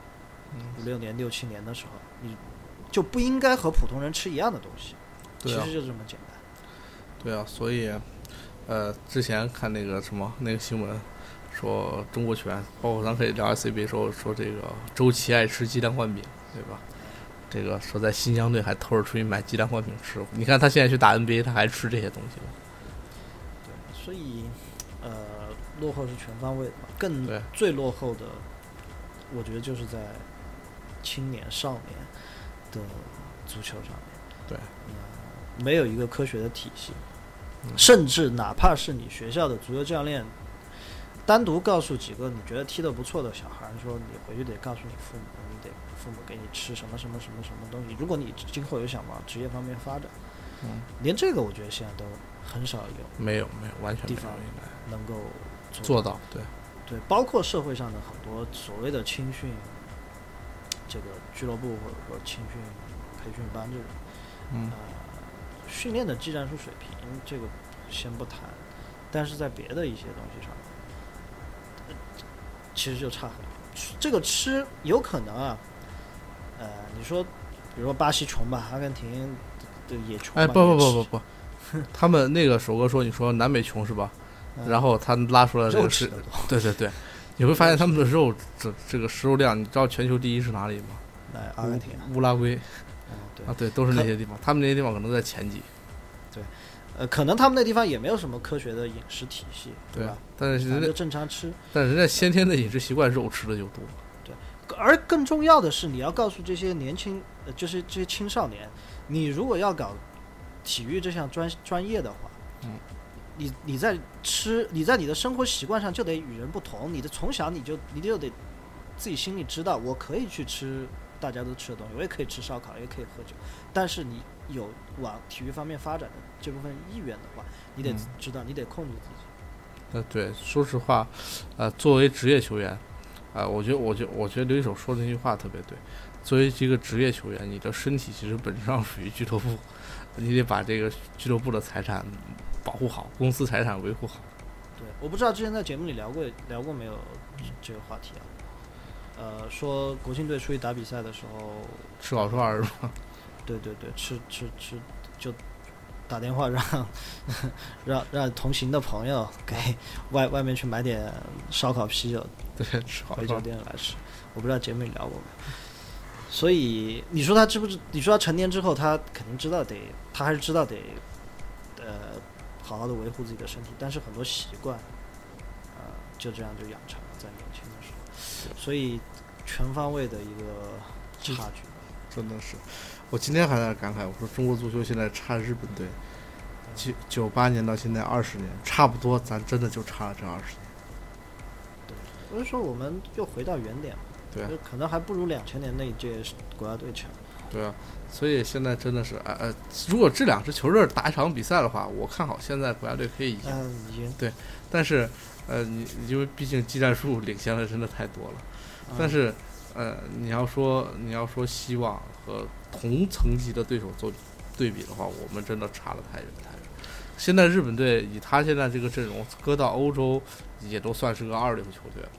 5、6年、6、7年的时候，你就不应该和普通人吃一样的东西。其实就这么简单。 对啊，所以之前看那个新闻，说中国球员，包括咱可以聊 CBA 说这个周琦爱吃鸡蛋灌饼，对吧？这个说在新疆队还偷着出去买鸡蛋灌饼吃，你看他现在去打 NBA， 他还吃这些东西吗？ 对，所以落后是全方位的，最落后的，我觉得就是在青年少年的足球上面。 对， 没有一个科学的体系，甚至哪怕是你学校的足球教练单独告诉几个你觉得踢得不错的小孩说，你回去得告诉你父母，你得父母给你吃什么什么什么什么东西，如果你今后有想往职业方面发展，连这个我觉得现在都很少有， 没有完全地方能够做到。对， 包括社会上的很多所谓的青训这个俱乐部或者说青训培训班这种，训练的技战术水平这个先不谈， 但是在别的一些东西上，其实就差很多。这个吃有可能啊，你说，比如说巴西穷吧，阿根廷的也穷吧。 不，他们那个首哥说，你说南美穷是吧？然后他拉出来这个是，对，你会发现他们的肉这个食肉量，你知道全球第一是哪里吗？ 阿根廷、 乌拉圭。 对， 都是那些地方，他们那些地方可能在前几。 对，可能他们那地方也没有什么科学的饮食体系，对吧？ 但是人家就正常吃， 但人家先天的饮食习惯，肉吃的就多。 对，而更重要的是，你要告诉这些年轻，就是这些青少年，你如果要搞体育这项专业的话，你在你的生活习惯上就得与人不同，你的从小你就得自己心里知道，我可以去吃大家都吃的东西，我也可以吃烧烤，也可以喝酒，但是你有往体育方面发展的这部分意愿的话，你得知道，你得控制自己。 对，说实话，作为职业球员，我觉得刘一手说的那句话特别对。作为这个职业球员，你的身体其实本质上属于俱乐部，你得把这个俱乐部的财产保护好，公司财产维护好。 对，我不知道之前在节目里聊过没有这个话题啊？说国青队出去打比赛的时候吃烤串是吧？ 对，吃就打电话让同行的朋友给外面去买点烧烤啤酒， 对，吃烤回酒店来吃。我不知道节目里聊过没。所以你说他知不知？你说他成年之后，他肯定知道他还是知道得好好的维护自己的身体，但是很多习惯就这样就养成了，在年轻的时候，所以全方位的一个差距。 真的是，我今天还在感慨，我说中国足球现在差日本队，98年到现在20年，差不多，咱真的就差了这20年。 对，所以说我们又回到原点， 对， 可能还不如2000年那一届国家队强。 对啊，所以现在真的是，如果这两支球队打一场比赛的话，我看好现在国家队可以赢。对，但是你因为毕竟技战术领先的真的太多了，但是你要说希望和同层级的对手做对比的话，我们真的差了太远。现在日本队以他现在这个阵容搁到欧洲，也都算是个2流球队了。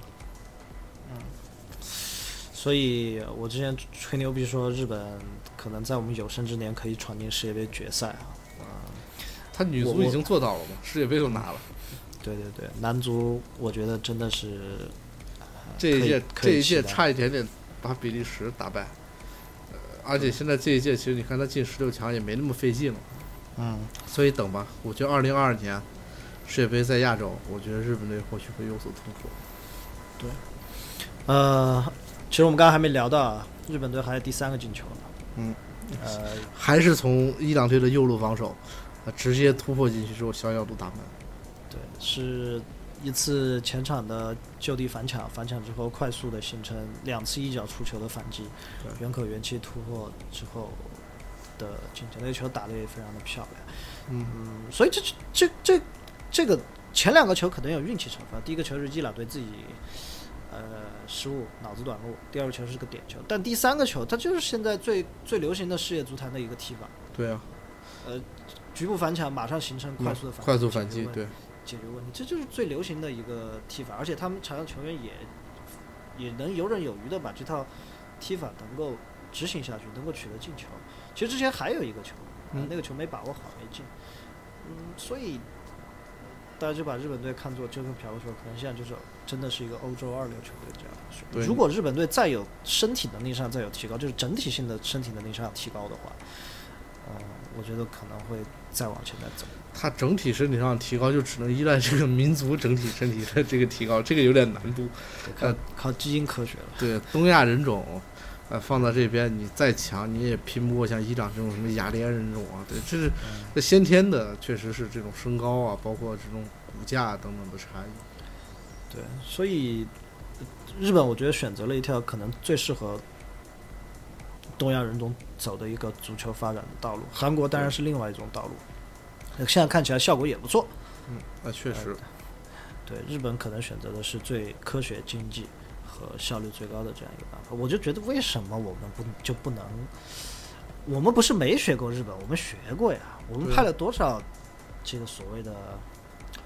所以我之前吹牛逼说日本可能在我们有生之年可以闯进世界杯决赛啊。 他女足已经做到了嘛，世界杯都拿了。 对，男足我觉得真的是这一届差一点点把比利时打败，而且现在这一届其实你看他进16强也没那么费劲了。所以等吧，我觉得2022年世界杯在亚洲，我觉得日本队或许会有所突破。 对，其实我们刚刚还没聊到啊，日本队还有第3个进球呢。 还是从伊朗队的右路防守，直接突破进去之后小角度打门。 对，是一次前场的就地反抢之后快速的形成2次一脚出球的反击，元口元气突破之后的进球，那个球打得也非常的漂亮。所以这个前2个球可能有运气成分，第一个球是伊朗队自己失误脑子短路，第2个球是个点球，但第3个球它就是现在最流行的世界足坛的一个踢法。 对啊， 局部反抢马上形成快速反击，对，解决问题，这就是最流行的一个踢法，而且他们场上球员也能游刃有余的把这套踢法能够执行下去，能够取得进球。其实之前还有一个球，那个球没把握好，没进。所以大家就把日本队看作，就跟朴哥说，可能现在就是真的是一个欧洲2流球队这样的水平。如果日本队再有身体能力上再有提高，就是整体性的身体能力上提高的话，我觉得可能会再往前再走。 他整体身体上提高，就只能依赖这个民族整体身体的这个提高，这个有点难度。 靠基因科学了。 对，东亚人种，放到这边，你再强，你也拼不过像伊朗这种什么雅利安人种啊。对，这是这先天的，确实是这种身高啊，包括这种骨架等等的差异。 对，所以日本我觉得选择了一条可能最适合东亚人种走的一个足球发展的道路，韩国当然是另外一种道路，现在看起来效果也不错。 确实。 对，日本可能选择的是最科学、经济和效率最高的这样一个办法。我就觉得为什么我们不能？我们不是没学过日本，我们学过呀。我们派了多少这个所谓的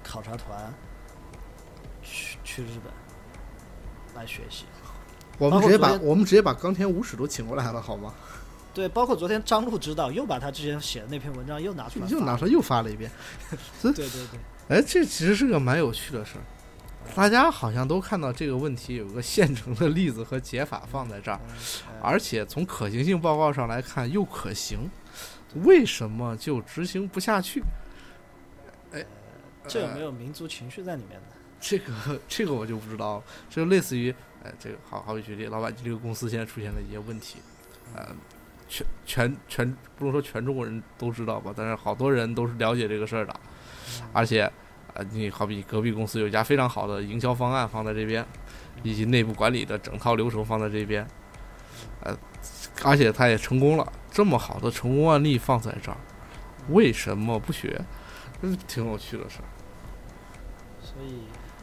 考察团去日本来学习。 我们直接把冈田武史都请过来了，好吗？ 对，包括昨天张璐知道又把他之前写的那篇文章又拿出来又发了一遍。 对对对， 哎，这其实是个蛮有趣的事儿。大家好像都看到这个问题有个现成的例子和解法放在这儿，而且从可行性报告上来看又可行，为什么就执行不下去？哎， 这有没有民族情绪在里面呢？ 这个我就不知道了。这就类似于，这个好比举例，老板这个公司现在出现了一些问题，全不能说全中国人都知道吧，但是好多人都是了解这个事儿的，而且你好比隔壁公司有一家非常好的营销方案放在这边，以及内部管理的整套流程放在这边，而且他也成功了，这么好的成功案例放在这儿，为什么不学？这是挺有趣的事儿。 所以，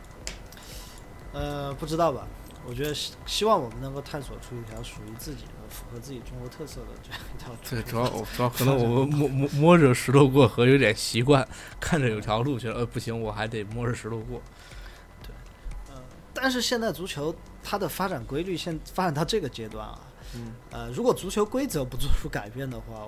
不知道吧？我觉得希望我们能够探索出一条属于自己的、符合自己中国特色的这样一条路。 对，主要可能我们摸着石头过河有点习惯，看着有条路觉得不行，我还得摸着石头过。 对，但是现在足球它的发展规律发展到这个阶段啊，如果足球规则不做出改变的话，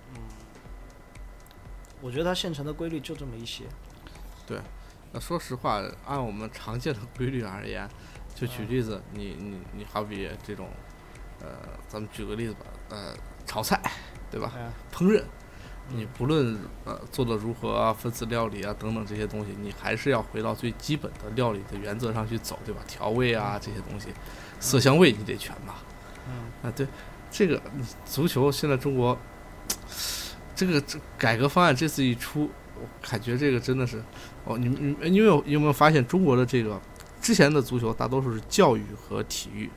我觉得它现成的规律就这么一些。 对，那说实话，按我们常见的规律而言。就举例子，你好比这种，咱们举个例子吧，炒菜，对吧？烹饪，你不论做的如何啊，分子料理啊等等这些东西，你还是要回到最基本的料理的原则上去走，对吧？调味啊这些东西，色香味你得全吧？对，这个足球现在中国，这改革方案这次一出，我感觉这个真的是，你有没有发现中国的这个？之前的足球大多数是教育和体育，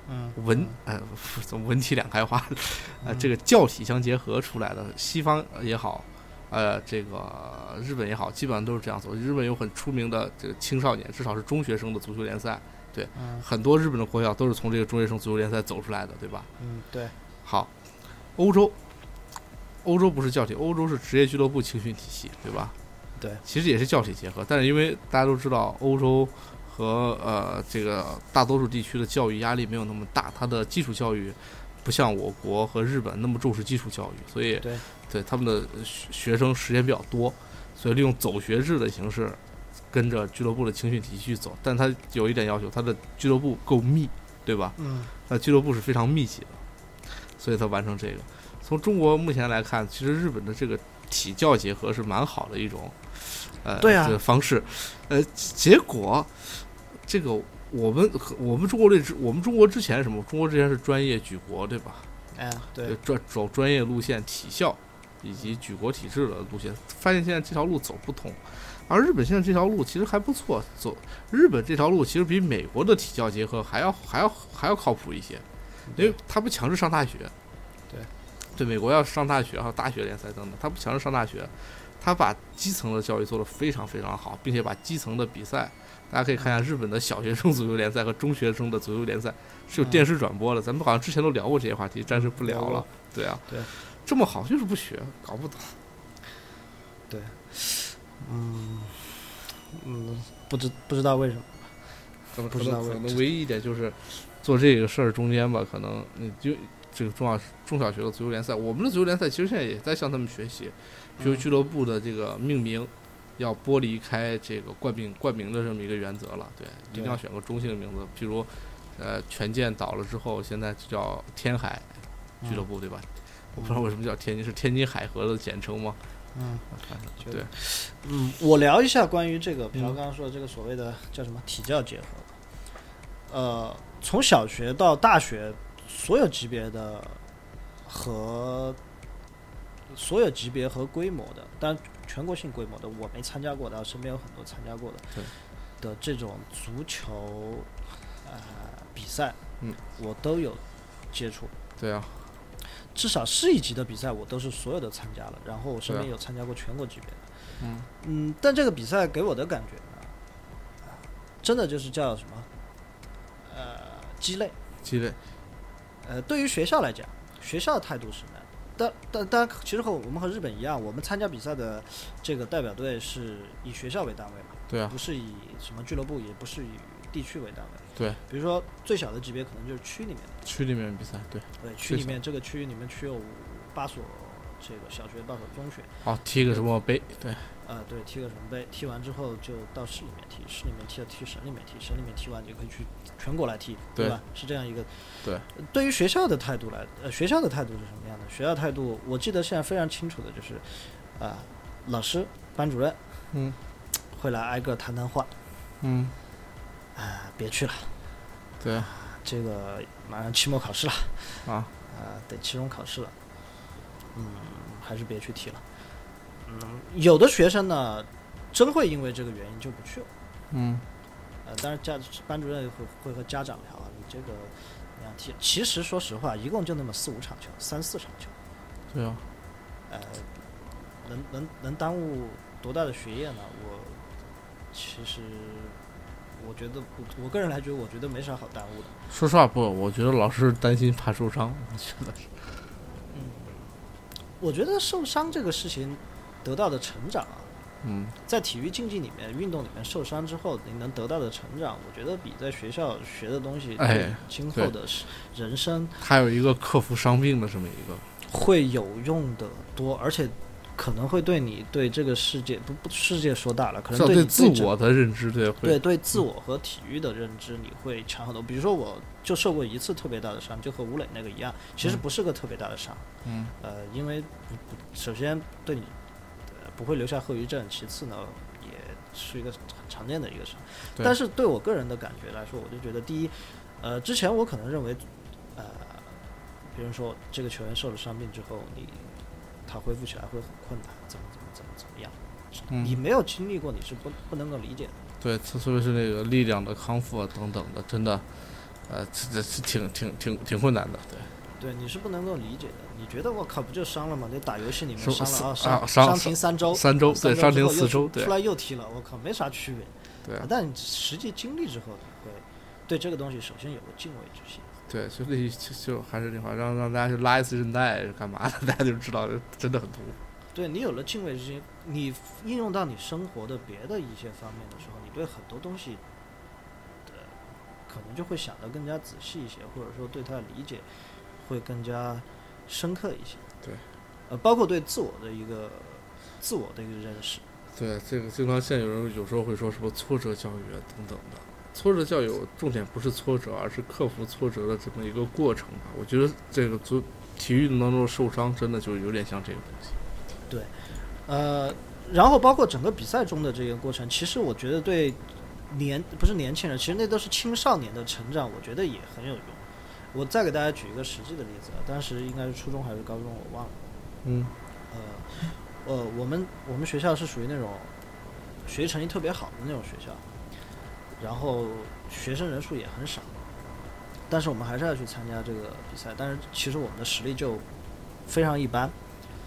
文体两开花，这个教体相结合出来的。西方也好，这个日本也好，基本上都是这样走。日本有很出名的这个青少年，至少是中学生的足球联赛，对，很多日本的国校都是从这个中学生足球联赛走出来的，对吧？ 对。 好，欧洲不是教体，欧洲是职业俱乐部青训体系，对吧？ 对， 其实也是教体结合，但是因为大家都知道欧洲。和这个大多数地区的教育压力没有那么大，它的基础教育不像我国和日本那么重视基础教育，所以对他们的学生时间比较多，所以利用走学制的形式跟着俱乐部的青训体系去走。但它有一点要求，它的俱乐部够密，对吧？那俱乐部是非常密集的，所以它完成这个。从中国目前来看，其实日本的这个体教结合是蛮好的一种对啊， 这个方式，结果。这个我们中国之前是什么？中国之前是专业举国，对吧？ 对， 走专业路线，体校以及举国体制的路线，发现现在这条路走不通。而日本现在这条路其实还不错，日本这条路其实比美国的体教结合还要靠谱一些，因为他不强制上大学。对，美国要上大学还有大学联赛等等，他不强制上大学，他把基层的教育做得非常非常好，并且把基层的比赛。大家可以看一下日本的小学生足球联赛和中学生的足球联赛是有电视转播的，咱们好像之前都聊过这些话题，暂时不聊了。对啊， 对， 这么好就是不学，搞不懂。 对，不知道为什么， 可能唯一一点就是做这个事儿中间吧，可能你就这个中小学的足球联赛，我们的足球联赛其实现在也在向他们学习，比如俱乐部的这个命名。要剥离开这个冠名的这么一个原则了，对，一定要选个中性的名字，譬如，权健倒了之后，现在就叫天海俱乐部，对吧？我不知道为什么叫天津，是天津海河的简称吗？对， 我聊一下关于这个，比如刚刚说的这个所谓的叫什么体教结合，从小学到大学，所有级别和规模的，当然全国性规模的我没参加过的，身边有很多参加过的这种足球比赛，我都有接触。 对啊， 至少市一级的比赛我都是所有的参加了，然后我身边有参加过全国级别的。但这个比赛给我的感觉呢，真的就是叫什么鸡肋。 鸡肋。 对于学校来讲，学校的态度是什么？ 当然，其实我们和日本一样，我们参加比赛的这个代表队是以学校为单位嘛， 对啊， 不是以什么俱乐部，也不是以地区为单位。 对， 比如说最小的级别可能就是区里面的。 区里面比赛，对。 对，区里面这个区域里面区有8所这个小学，8所中学。 哦，踢个什么杯？对。 对，踢个什么杯？踢完之后就到市里面踢，市里面踢省里面踢，省里面踢完就可以去全国来踢，对吧？是这样一个。 对。 对于学校的态度学校的态度是什么样的？学校态度，我记得现在非常清楚的就是，老师、班主任，会来挨个谈谈话，别去了， 对， 这个马上期末考试了，得期中考试了，还是别去踢了。有的学生呢，真会因为这个原因就不去了。当然班主任会和家长聊，你这个那样踢。其实说实话，一共就那么4-5场球，3-4场球。 对啊。 能耽误多大的学业呢？其实我觉得我个人来觉得，我觉得没啥好耽误的。 说实话，我觉得老师担心怕受伤，我觉得是。 我觉得受伤这个事情得到的成长在体育竞技里面、运动里面受伤之后，你能得到的成长，我觉得比在学校学的东西，今后的人生， 还有一个克服伤病的这么一个， 会有用的多，而且可能会对你对这个世界世界说大了，可能对自我的认知， 对自我和体育的认知你会强很多。比如说我就受过一次特别大的伤，就和吴磊那个一样，其实不是个特别大的伤，因为首先对你不会留下后遗症，其次呢也是一个很常见的一个伤。但是对我个人的感觉来说，我就觉得第一，之前我可能认为，比如说这个球员受了伤病之后，他恢复起来会很困难，怎么样？你没有经历过，你是不能够理解的。 对，特别是那个力量的康复啊等等的，真的，这是挺困难的， 对，你是不能够理解的。你觉得我靠，不就伤了吗？就打游戏里面伤了伤停3周， 对，伤停4周， 出来又踢了，我靠，没啥区别。 对， 但你实际经历之后，你会对这个东西首先有个敬畏之心。 对，就还是那话，让大家去拉一次韧带是干嘛的，大家就知道真的很痛苦。 对，你有了敬畏之心，你应用到你生活的别的一些方面的时候，你对很多东西可能就会想得更加仔细一些，或者说对它的理解会更加深刻一些。 对， 包括对自我的一个认识。 对，这个经常现在有时候会说什么挫折教育啊等等的。挫折教育重点不是挫折，而是克服挫折的这么一个过程吧。我觉得这个体育当中受伤真的就有点像这个东西。 对，然后包括整个比赛中的这个过程，其实我觉得对不是年轻人，其实那都是青少年的成长，我觉得也很有用。我再给大家举一个实际的例子，当时应该是初中还是高中，我忘了。我们学校是属于那种学习成绩特别好的那种学校，然后学生人数也很少，但是我们还是要去参加这个比赛。但是其实我们的实力就非常一般。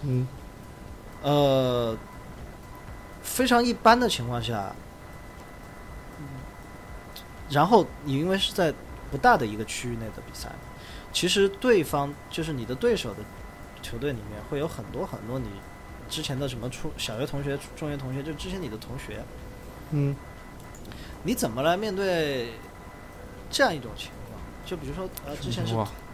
非常一般的情况下，然后你因为是在不大的一个区域内的比赛，其实对方就是你的对手的球队里面会有很多很多你之前的什么小学同学、中学同学，就之前你的同学。你怎么来面对这样一种情况？就比如说之前是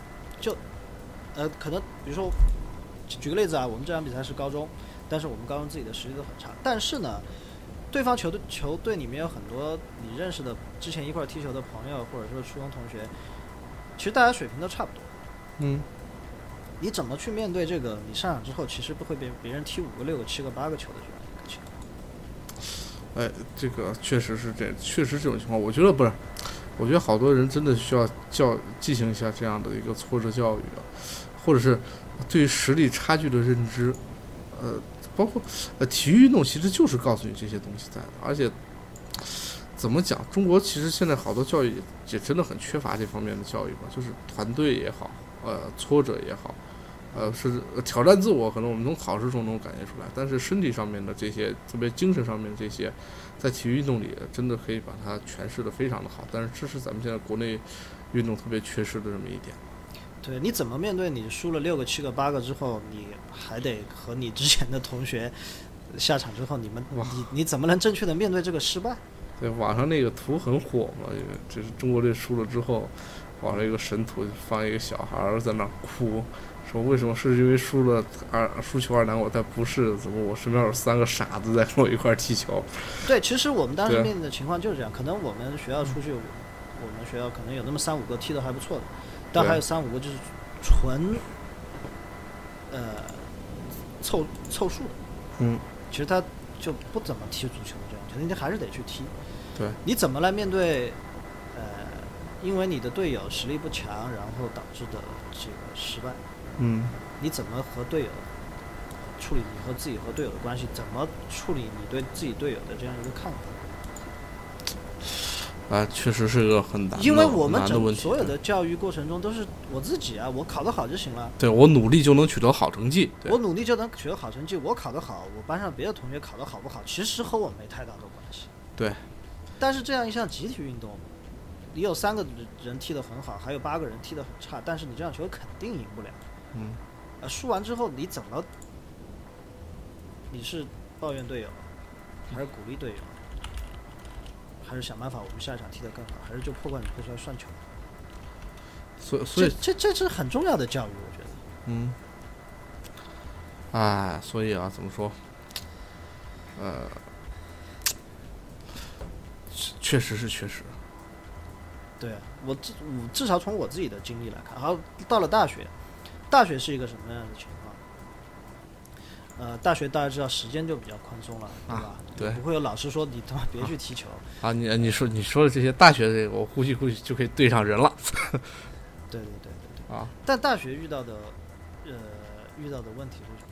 可能比如说举个例子啊，我们这场比赛是高中，但是我们高中自己的实力都很差，但是呢对方球队里面有很多你认识的之前一块踢球的朋友，或者说初中同学，其实大家水平都差不多。你怎么去面对这个你上场之后其实不会被别人踢5个、6个、7个、8个球的这样一个情况？ 这个确实这种情况，我觉得好多人真的需要进行一下这样的一个挫折教育啊，或者是对于实力差距的认知，包括体育运动其实就是告诉你这些东西在的。而且怎么讲，中国其实现在好多教育也真的很缺乏这方面的教育吧，就是团队也好，挫折也好，是挑战自我，可能我们从考试中能感觉出来，但是身体上面的这些，特别精神上面的这些，在体育运动里真的可以把它诠释的非常的好，但是这是咱们现在国内运动特别缺失的这么一点。 对，你怎么面对你输了6个、7个、8个之后，你还得和你之前的同学下场之后，你怎么能正确的面对这个失败？ 对，网上那个图很火嘛，因为这是中国队输了之后，网上一个神图放一个小孩在那哭，说为什么是因为输球2-2，但不是怎么我身边有3个傻子在跟我一块踢球。 对，其实我们当时面临的情况就是这样，可能我们学校出去，我们学校可能有那么3-5个踢得还不错的，但还有3-5个就是纯凑数的。其实他就不怎么踢足球的这样，肯定还是得去踢。 对， 你怎么来面对因为你的队友实力不强，然后导致的这个失败？你怎么和队友处理你和自己和队友的关系？怎么处理你对自己队友的这样一个看法？ 确实是个很难的， 因为我们所有的教育过程中都是我自己啊，我考得好就行了。 对，我努力就能取得好成绩。 我努力就能取得好成绩，我考得好，我班上别的同学考得好不好，其实和我没太大的关系。 对。 但是这样一项集体运动，你有3个人踢得很好，还有8个人踢得很差，但是你这场球肯定赢不了。输完之后你怎么？你是抱怨队友，还是鼓励队友？还是想办法我们下一场踢得更好？还是就破罐子破摔算球？ 所以这是很重要的教育，我觉得。所以啊，怎么说？确实。 对，我至少从我自己的经历来看，好，到了大学是一个什么样的情况？大学大家知道时间就比较宽松了，对吧？ 对， 不会有老师说你他妈别去踢球。 你说的这些大学这个，我估计就可以对上人了。 对。但大学遇到的问题是什么？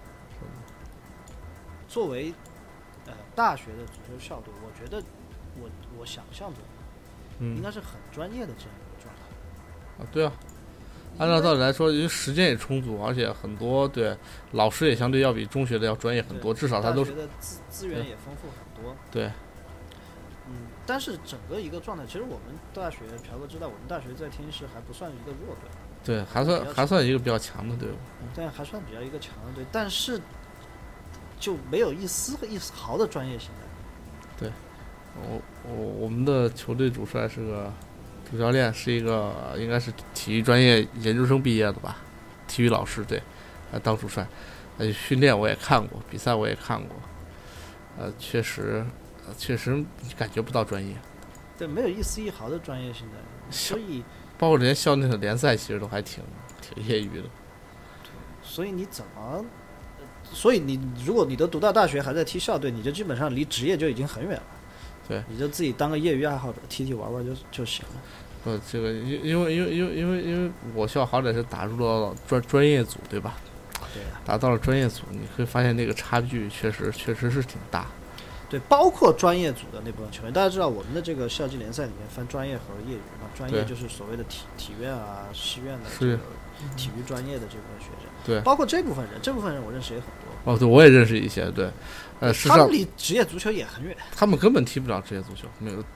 作为大学的足球校队，我觉得我想象中应该是很专业的这样一个状态。 对啊。按照道理来说，因为时间也充足，而且很多对老师也相对要比中学的要专业很多，至少他都是大学的资源也丰富很多。 对。 但是整个一个状态，其实我们大学朴哥知道，我们大学在天津市还不算一个弱队。 对，还算一个比较强的队伍。 但还算比较一个强的队，但是就没有一丝毫的专业性在。 对，我们的球队主帅是个。主教练是一个应该是体育专业研究生毕业的吧，体育老师，对，当主帅，训练我也看过，比赛我也看过，确实感觉不到专业， 对，没有一丝一毫的专业性在，所以包括连校内的联赛其实都还挺业余的， 所以你怎么？所以你如果你都读到大学还在踢校队，你就基本上离职业就已经很远了。 对， 你就自己当个业余爱好者，踢玩玩就行了。 这个因为我校好歹是打入了专业组，对吧？ 对啊， 达到了专业组，你会发现那个差距确实是挺大。 对，包括专业组的那部分球员，大家知道我们的这个校际联赛里面分专业和业余嘛，专业就是所谓的体院啊、师院的这个体育专业的这部分学生。 对， 包括这部分人我认识也很多。 对，我也认识一些。对， 他们离职业足球也很远。 他们根本踢不了职业足球，没有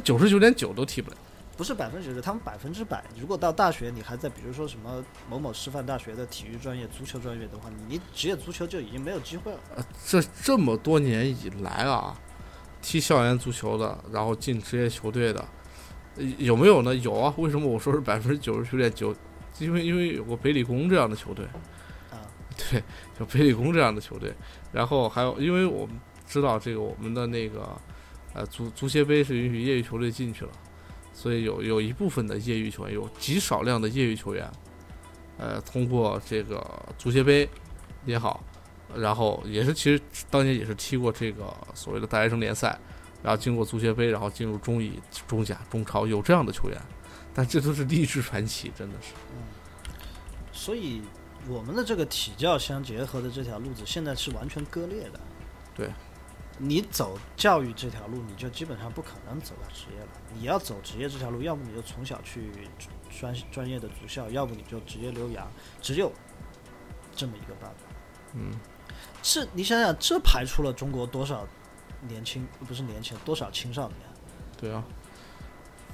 99.9%都踢不了。 不是90%，他们100%。如果到大学，你还在比如说什么某某师范大学的体育专业、足球专业的话，你职业足球就已经没有机会了。 这么多年以来啊，踢校园足球的，然后进职业球队的，有没有呢？有啊。为什么我说是99.9%？因为有过北理工这样的球队啊， 对，有北理工这样的球队。然后还有，因为我们知道这个我们的那个足协杯是允许业余球队进去了。所以有一部分的业余球员，有极少量的业余球员，通过这个足协杯也好，然后也是其实当年也是踢过这个所谓的大学生联赛，然后经过足协杯，然后进入中乙、中甲、中超，有这样的球员，但这都是励志传奇，真的是。 所以我们的这个体教相结合的这条路子，现在是完全割裂的。 对。 你走教育这条路，你就基本上不可能走到职业了。你要走职业这条路，要不你就从小去专业的足校，要不你就直接留洋，只有这么一个办法。这你想想，这排除了中国多少多少青少年？ 对啊。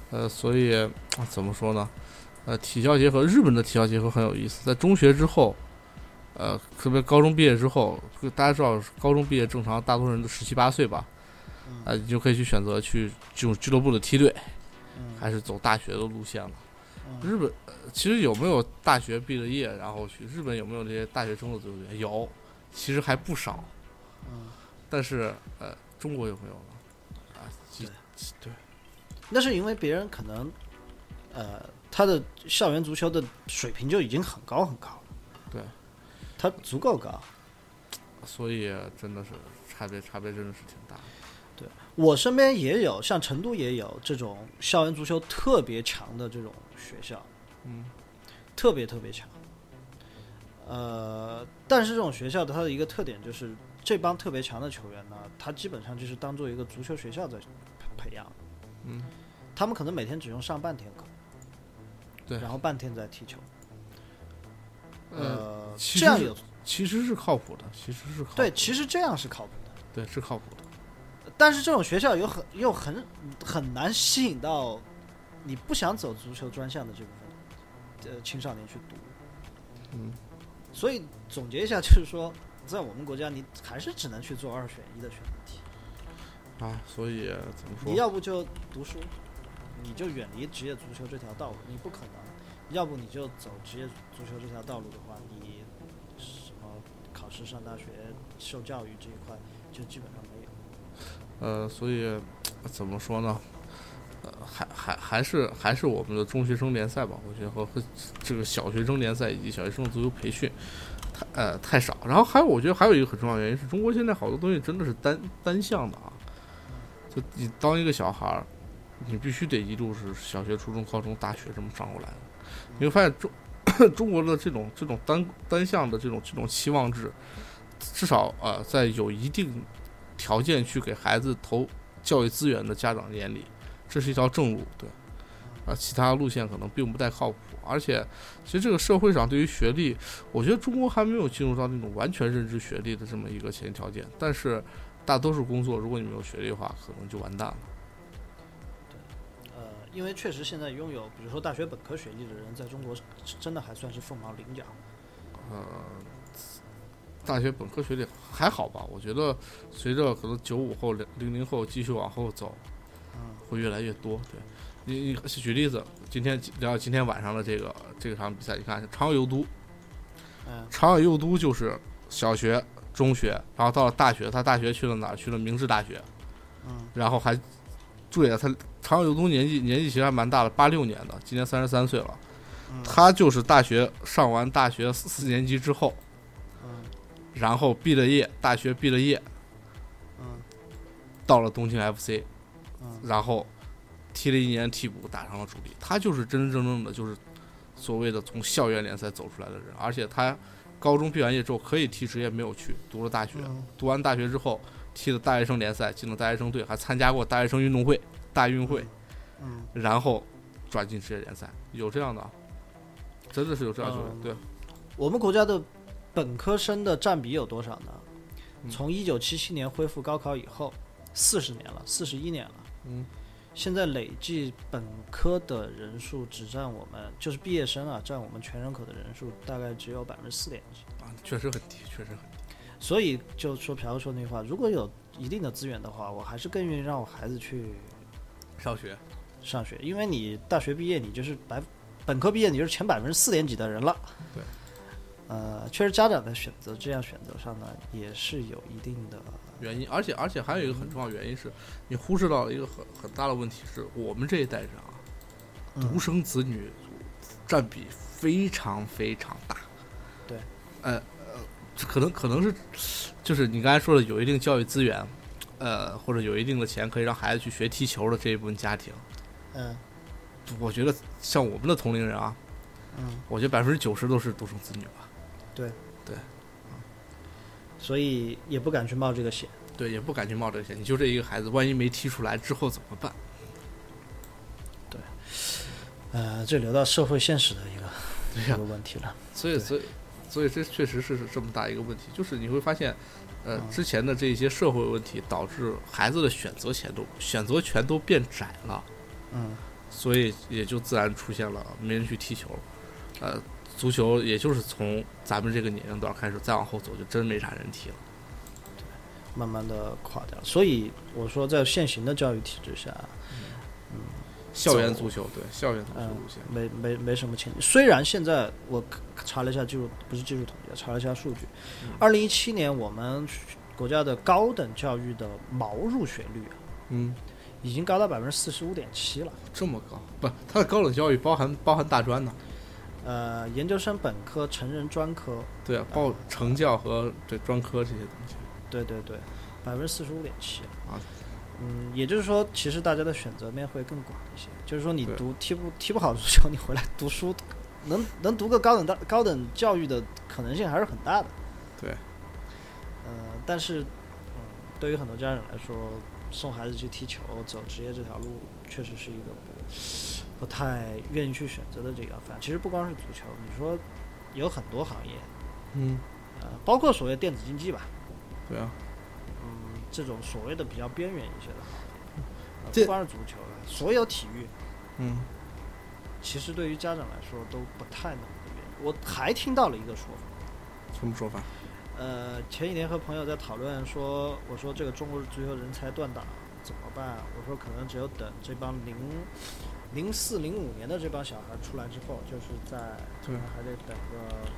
所以怎么说呢？体教结合，日本的体教结合很有意思。在中学之后，特别高中毕业之后，大家知道高中毕业正常大多数人都17、18岁吧，你就可以去选择去进入俱乐部的梯队，还是走大学的路线了。日本其实有没有大学毕了业然后去日本有没有这些大学生的足球员？有，其实还不少。但是中国有没有呢？对， 那是因为别人可能他的校园足球的水平就已经很高很高了， 对， 他足够高， 所以真的是差别真的是挺大的。 对，我身边也有，像成都也有这种校园足球特别强的这种学校，特别强。但是这种学校它的一个特点就是，这帮特别强的球员呢，他基本上就是当做一个足球学校在培养。他们可能每天只用上半天课， 对， 然后半天在踢球。 这样其实是靠谱的， 对，其实这样是靠谱的， 对，是靠谱的。 但是这种学校又很难吸引到你不想走足球专项的这部分青少年去读。所以总结一下，就是说，在我们国家，你还是只能去做2选1的选择题。 所以怎么说？ 你要不就读书，你就远离职业足球这条道路，你不可能；要不你就走职业足球这条道路的话，你什么考试、上大学、受教育这一块就基本上没有。 所以怎么说呢？还是我们的中学生联赛吧，我觉得和这个小学生联赛以及小学生足球培训太少。然后我觉得还有一个很重要的原因是中国现在好多东西真的是单向的啊。就你当一个小孩，你必须得一路是小学、初中、高中、大学这么上过来的。你会发现中国的这种单向的这种期望值，至少在有一定条件去给孩子投教育资源的家长眼里，这是一条正路，对。其他路线可能并不太靠谱。而且其实这个社会上对于学历，我觉得中国还没有进入到那种完全认知学历的这么一个前提条件。但是大多数工作如果你没有学历的话，可能就完蛋了。 对，因为确实现在拥有比如说大学本科学历的人在中国真的还算是凤毛麟角。 大学本科学历还好吧，我觉得随着可能95后、00后继续往后走，会越来越多。对，你举例子，今天晚上的这个场比赛，你看长野佑都就是小学、中学，然后到了大学，他大学去了哪儿？去了明治大学。然后还注意他长野佑都年纪其实还蛮大的，86年的，今年33岁了。他就是上完大学4年级之后。然后大学毕了业，到了东京 FC，然后踢了1年替补，打上了主力。他就是真真正正的，就是所谓的从校园联赛走出来的人。而且他高中毕完业之后可以踢职业，没有去，读了大学。读完大学之后，踢了大学生联赛，进了大学生队，还参加过大学生运动会、大运会，然后转进职业联赛。有这样的，真的是有这样的。对， 我们国家的本科生的占比有多少呢？从1977年恢复高考以后，40年了，41年了。现在累计本科的人数只占我们就是毕业生啊，占我们全人口的人数大概只有4.几啊，确实很低。 所以就说朴说那句话，如果有一定的资源的话，我还是更愿意让我孩子去上学，因为你大学毕业，你就是本科毕业，你就是前4.几的人了。 对。 确实家长的这样选择上呢，也是有一定的原因，而且还有一个很重要的原因是，你忽视到了一个很大的问题，是我们这一代人独生子女占比非常非常大。 对， 可能是就是你刚才说的有一定教育资源，或者有一定的钱可以让孩子去学踢球的这一部分家庭，我觉得像我们的同龄人啊，我觉得90%都是独生子女吧。 对，所以也不敢去冒这个险。 对，也不敢去冒这个险。你就这一个孩子，万一没踢出来之后怎么办？ 对，这留到社会现实的一个问题了。 所以这确实是这么大一个问题，就是你会发现，之前的这些社会问题导致孩子的选择权都变窄了。 所以也就自然出现了没人去踢球。足球也就是从咱们这个年龄段开始，再往后走就真没啥人踢了， 对，慢慢的垮掉。所以我说，在现行的教育体制下， 校园足球，对，校园足球路线， 没什么前景。虽然现在我查了一下不是技术统计，查了一下数据，2017年我们国家的高等教育的毛入学率已经高到45.7%了。 这么高？不，它的高等教育包含大专呢。 研究生、本科、成人、专科， 对啊，包成教和专科这些东西。 对，45.7%啊。也就是说，其实大家的选择面会更广一些。就是说，你踢不好足球，你回来读书，能读个高等教育的可能性还是很大的。 对。 但是，对于很多家长来说，送孩子去踢球、走职业这条路，确实是一个不太愿意去选择的这个范。其实不光是足球，你说有很多行业，包括所谓电子竞技吧， 对啊， 这种所谓的比较边缘一些的行业，不光是足球了，所有体育，其实对于家长来说都不太能够愿意。我还听到了一个说法， 什么说法？ 前几年和朋友在讨论说，我说这个中国足球人才断档怎么办？我说可能只有等这帮04、05年的这帮小孩出来之后，就是在可能还得等个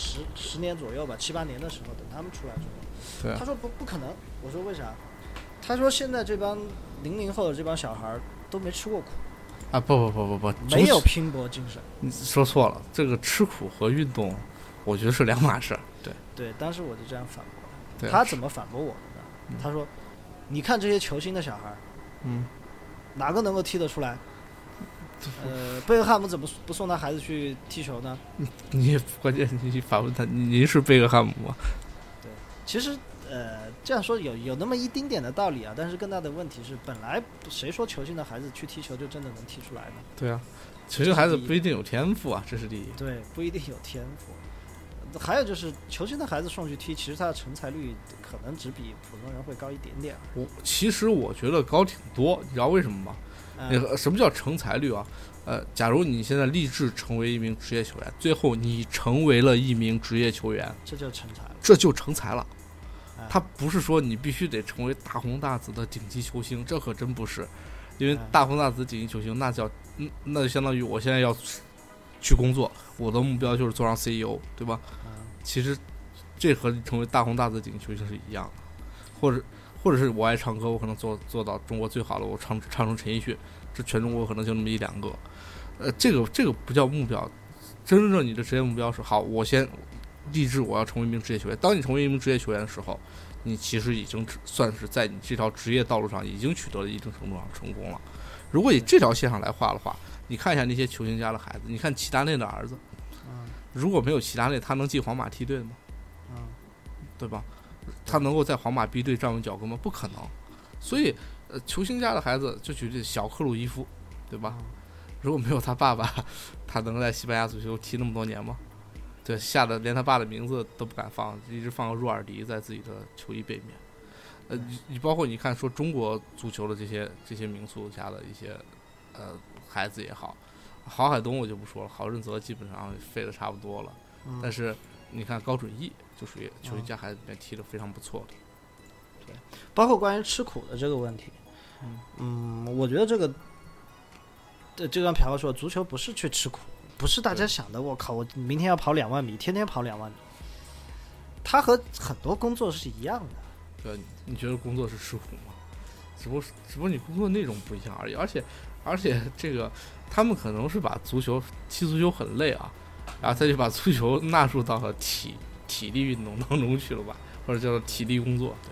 10年左右吧，7、8年的时候，等他们出来之后。 对。 他说不可能。我说为啥？他说现在这帮00后的这帮小孩都没吃过苦。 啊不， 没有拼搏精神。 你说错了，这个吃苦和运动，我觉得是两码事。 对，当时我就这样反驳他。他怎么反驳我的呢？他说：“你看这些球星的小孩，哪个能够踢得出来？贝克汉姆怎么不送他孩子去踢球呢？” 你关键你反问他，您是贝克汉姆吗？ 对，其实这样说有那么一丁点的道理啊，但是更大的问题是，本来谁说球星的孩子去踢球就真的能踢出来呢？ 对啊，球星孩子不一定有天赋啊，这是第一。 对，不一定有天赋。还有就是球星的孩子送去踢，其实他的成才率可能只比普通人会高一点点。 其实我觉得高挺多，你知道为什么吗？什么叫成才率啊？假如你现在立志成为一名职业球员，最后你成为了一名职业球员， 这就成才了。 这就成才了。他不是说你必须得成为大红大紫的顶级球星，这可真不是。因为大红大紫顶级球星，那就相当于我现在要去工作，我的目标就是做上 CEO， 对吧？其实这和成为大红大紫顶级球星是一样的，或者是我爱唱歌，我可能做到中国最好的，我唱成陈奕迅，这全中国可能就那么1、2个。这个不叫目标，真正你的职业目标是好，我先立志我要成为一名职业球员。当你成为一名职业球员的时候，你其实已经算是在你这条职业道路上已经取得了一定程度上成功了。如果以这条线上来画的话，你看一下那些球星家的孩子，你看齐达内的儿子，如果没有齐达内，他能进皇马梯队吗？对吧？他能够在皇马 B 队站稳脚跟吗？不可能。所以，球星家的孩子，就举这小克鲁伊夫，对吧？如果没有他爸爸，他能在西班牙足球踢那么多年吗？对，吓得连他爸的名字都不敢放，一直放个若尔迪在自己的球衣背面。你包括你看说中国足球的这些名宿家的一些孩子也好，郝海东我就不说了，郝润泽基本上废的差不多了。但是你看高准翼就属于球星家孩子里面踢得非常不错的。 对，包括关于吃苦的这个问题，我觉得这个就像朴哥说，足球不是去吃苦，不是大家想的我靠我明天要跑2万米，天天跑2万米，它和很多工作是一样的。 对，你觉得工作是吃苦吗？只不过你工作内容不一样而已。而且这个他们可能是把踢足球很累啊，然后他就把足球纳入到了体力运动当中去了吧，或者叫做体力工作。对，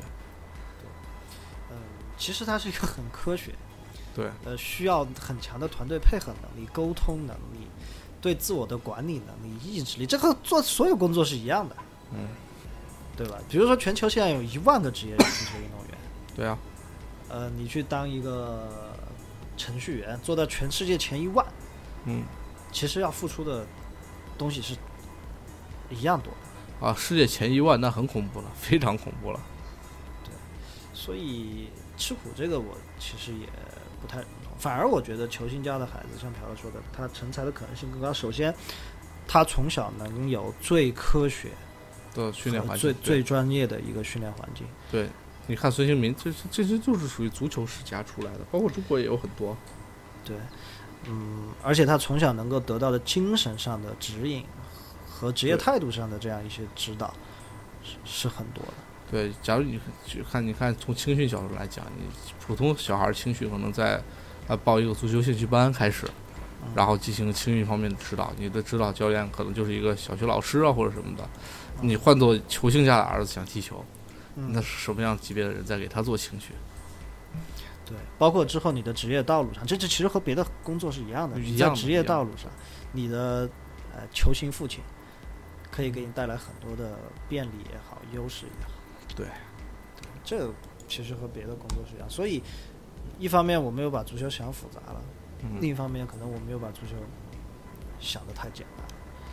其实它是一个很科学， 对， 需要很强的团队配合能力、沟通能力、对自我的管理能力、意志力，这和做所有工作是一样的，对吧？比如说全球现在有1万个职业足球运动员， 对啊， 你去当一个程序员，做到全世界前1万，其实要付出的东西是一样多的。 世界前1万那很恐怖了，非常恐怖了。 对，所以吃苦这个我其实也不太认同。 反而我觉得球星家的孩子，像朴哥说的，他成才的可能性更高。首先，他从小能有最科学的训练环境， 最专业的一个训练环境。 对，你看孙兴民，这些就是属于足球世家出来的，包括中国也有很多。 对，而且他从小能够得到的精神上的指引和职业态度上的这样一些指导是很多的。 对，假如你看从青训角度来讲，你普通小孩青训可能在报一个足球兴趣班开始，然后进行青训方面的指导，你的指导教练可能就是一个小学老师啊或者什么的。你换做球星家的儿子想踢球，那是什么样级别的人在给他做青训？ 对，包括之后你的职业道路上，这其实和别的工作是一样的。你在职业道路上，你的球星父亲可以给你带来很多的便利也好，优势也好。 对， 这其实和别的工作是一样。所以，一方面我没有把足球想复杂了，另一方面可能我没有把足球想得太简单。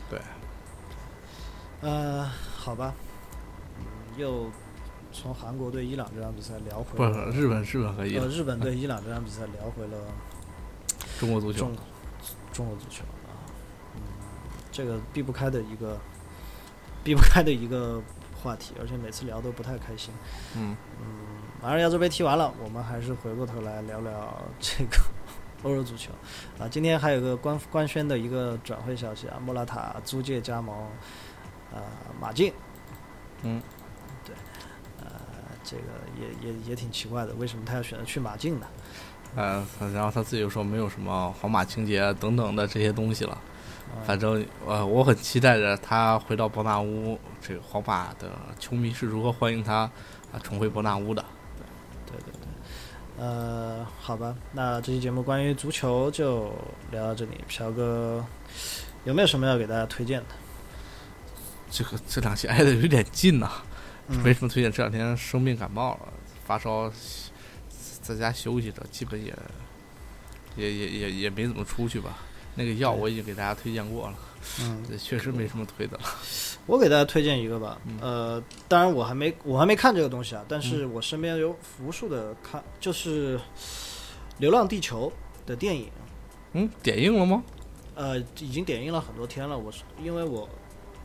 对， 好吧，又从韩国对伊朗这场比赛聊回不是日本和伊朗， 日本对伊朗这场比赛聊回了中国足球， 中国足球啊，这个避不开的一个话题，而且每次聊都不太开心。马上亚洲杯踢完了，我们还是回过头来聊聊这个欧洲足球啊。今天还有个官宣的一个转会消息啊，莫拉塔租借加盟马竞。对，这个也挺奇怪的，为什么他要选择去马竞呢？ 然后他自己又说没有什么皇马情节等等的这些东西了。反正我很期待着他回到伯纳乌，这个皇马的球迷是如何欢迎他重回伯纳乌的。 对，好吧，那这期节目关于足球就聊到这里。朴哥有没有什么要给大家推荐的？ 这两期挨得有点近呐，没什么推荐。这两天生病感冒了，发烧，在家休息着，基本也没怎么出去吧。那个药我已经给大家推荐过了，这确实没什么推的了。 我给大家推荐一个吧，当然我还没看这个东西啊，但是我身边有无数的看，就是《流浪地球》的电影。 点映了吗？ 已经点映了很多天了。因为我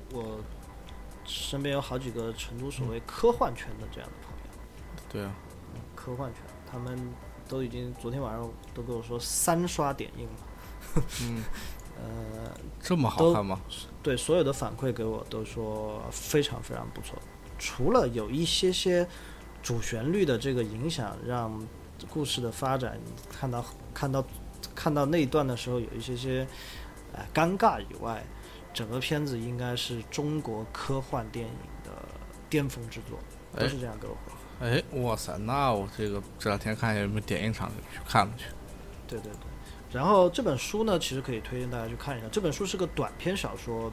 身边有好几个成都所谓科幻圈的这样的朋友。 对啊， 科幻圈，他们都已经昨天晚上都跟我说3刷点映了。 这么好看吗？ 对，所有的反馈给我都说非常非常不错。除了有一些主旋律的这个影响，让故事的发展看到那一段的时候有一些尴尬以外，整个片子应该是中国科幻电影的巅峰之作，都是这样给我回。 哇塞，那我这两天看有没有点映场去看了去。 对。然后这本书呢，其实可以推荐大家去看一下。这本书是个短篇小说，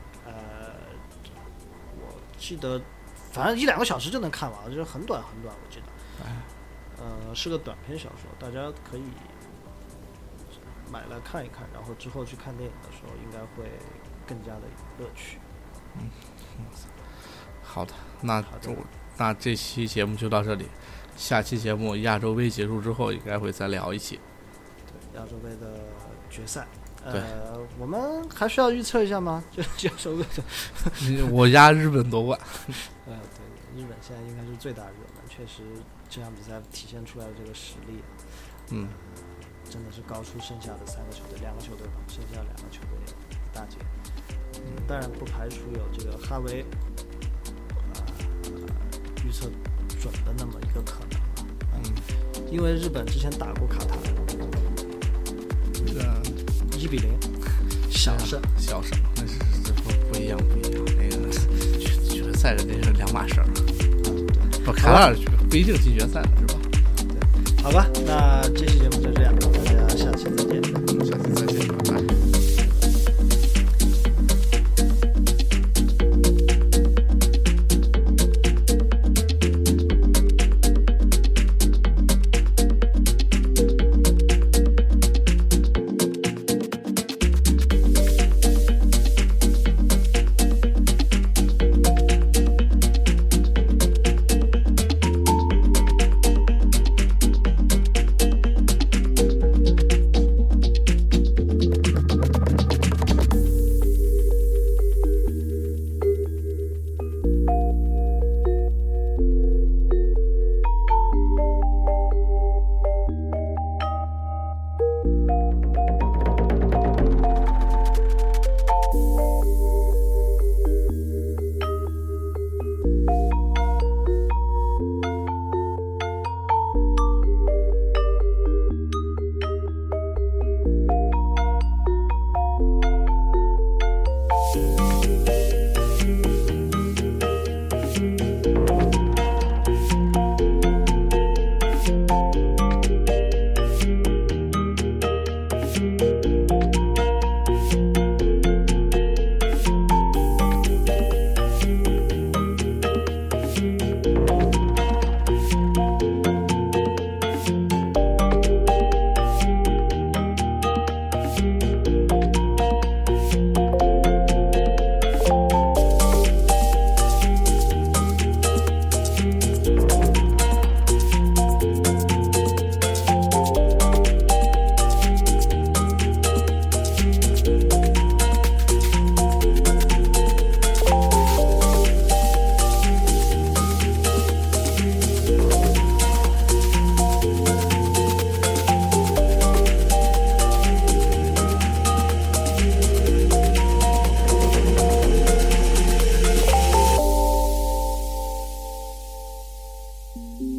我记得反正1-2个小时就能看完，就是很短，我记得。是个短篇小说，大家可以买来看一看，然后之后去看电影的时候，应该会更加的有乐趣。 好的，那这期节目就到这里，下期节目亚洲杯结束之后，应该会再聊一期。 亚洲杯的决赛， 对， 我们还需要预测一下吗？就亚洲杯我压日本夺冠。 对，日本现在应该是最大热门，确实这场比赛体现出来的这个实力，真的是高出剩下的3个球队，2个球队吧，剩下2个球队一大截。当然不排除有这个哈维预测准的那么一个可能，因为日本之前打过卡塔，1-0，小胜， 那是不一样，那个决赛的那是两码事儿。不，卡塔尔不一定进决赛了，是吧？ 对，好吧，那这期节目就这样，大家下期再见。 下期再见，拜拜。 拜。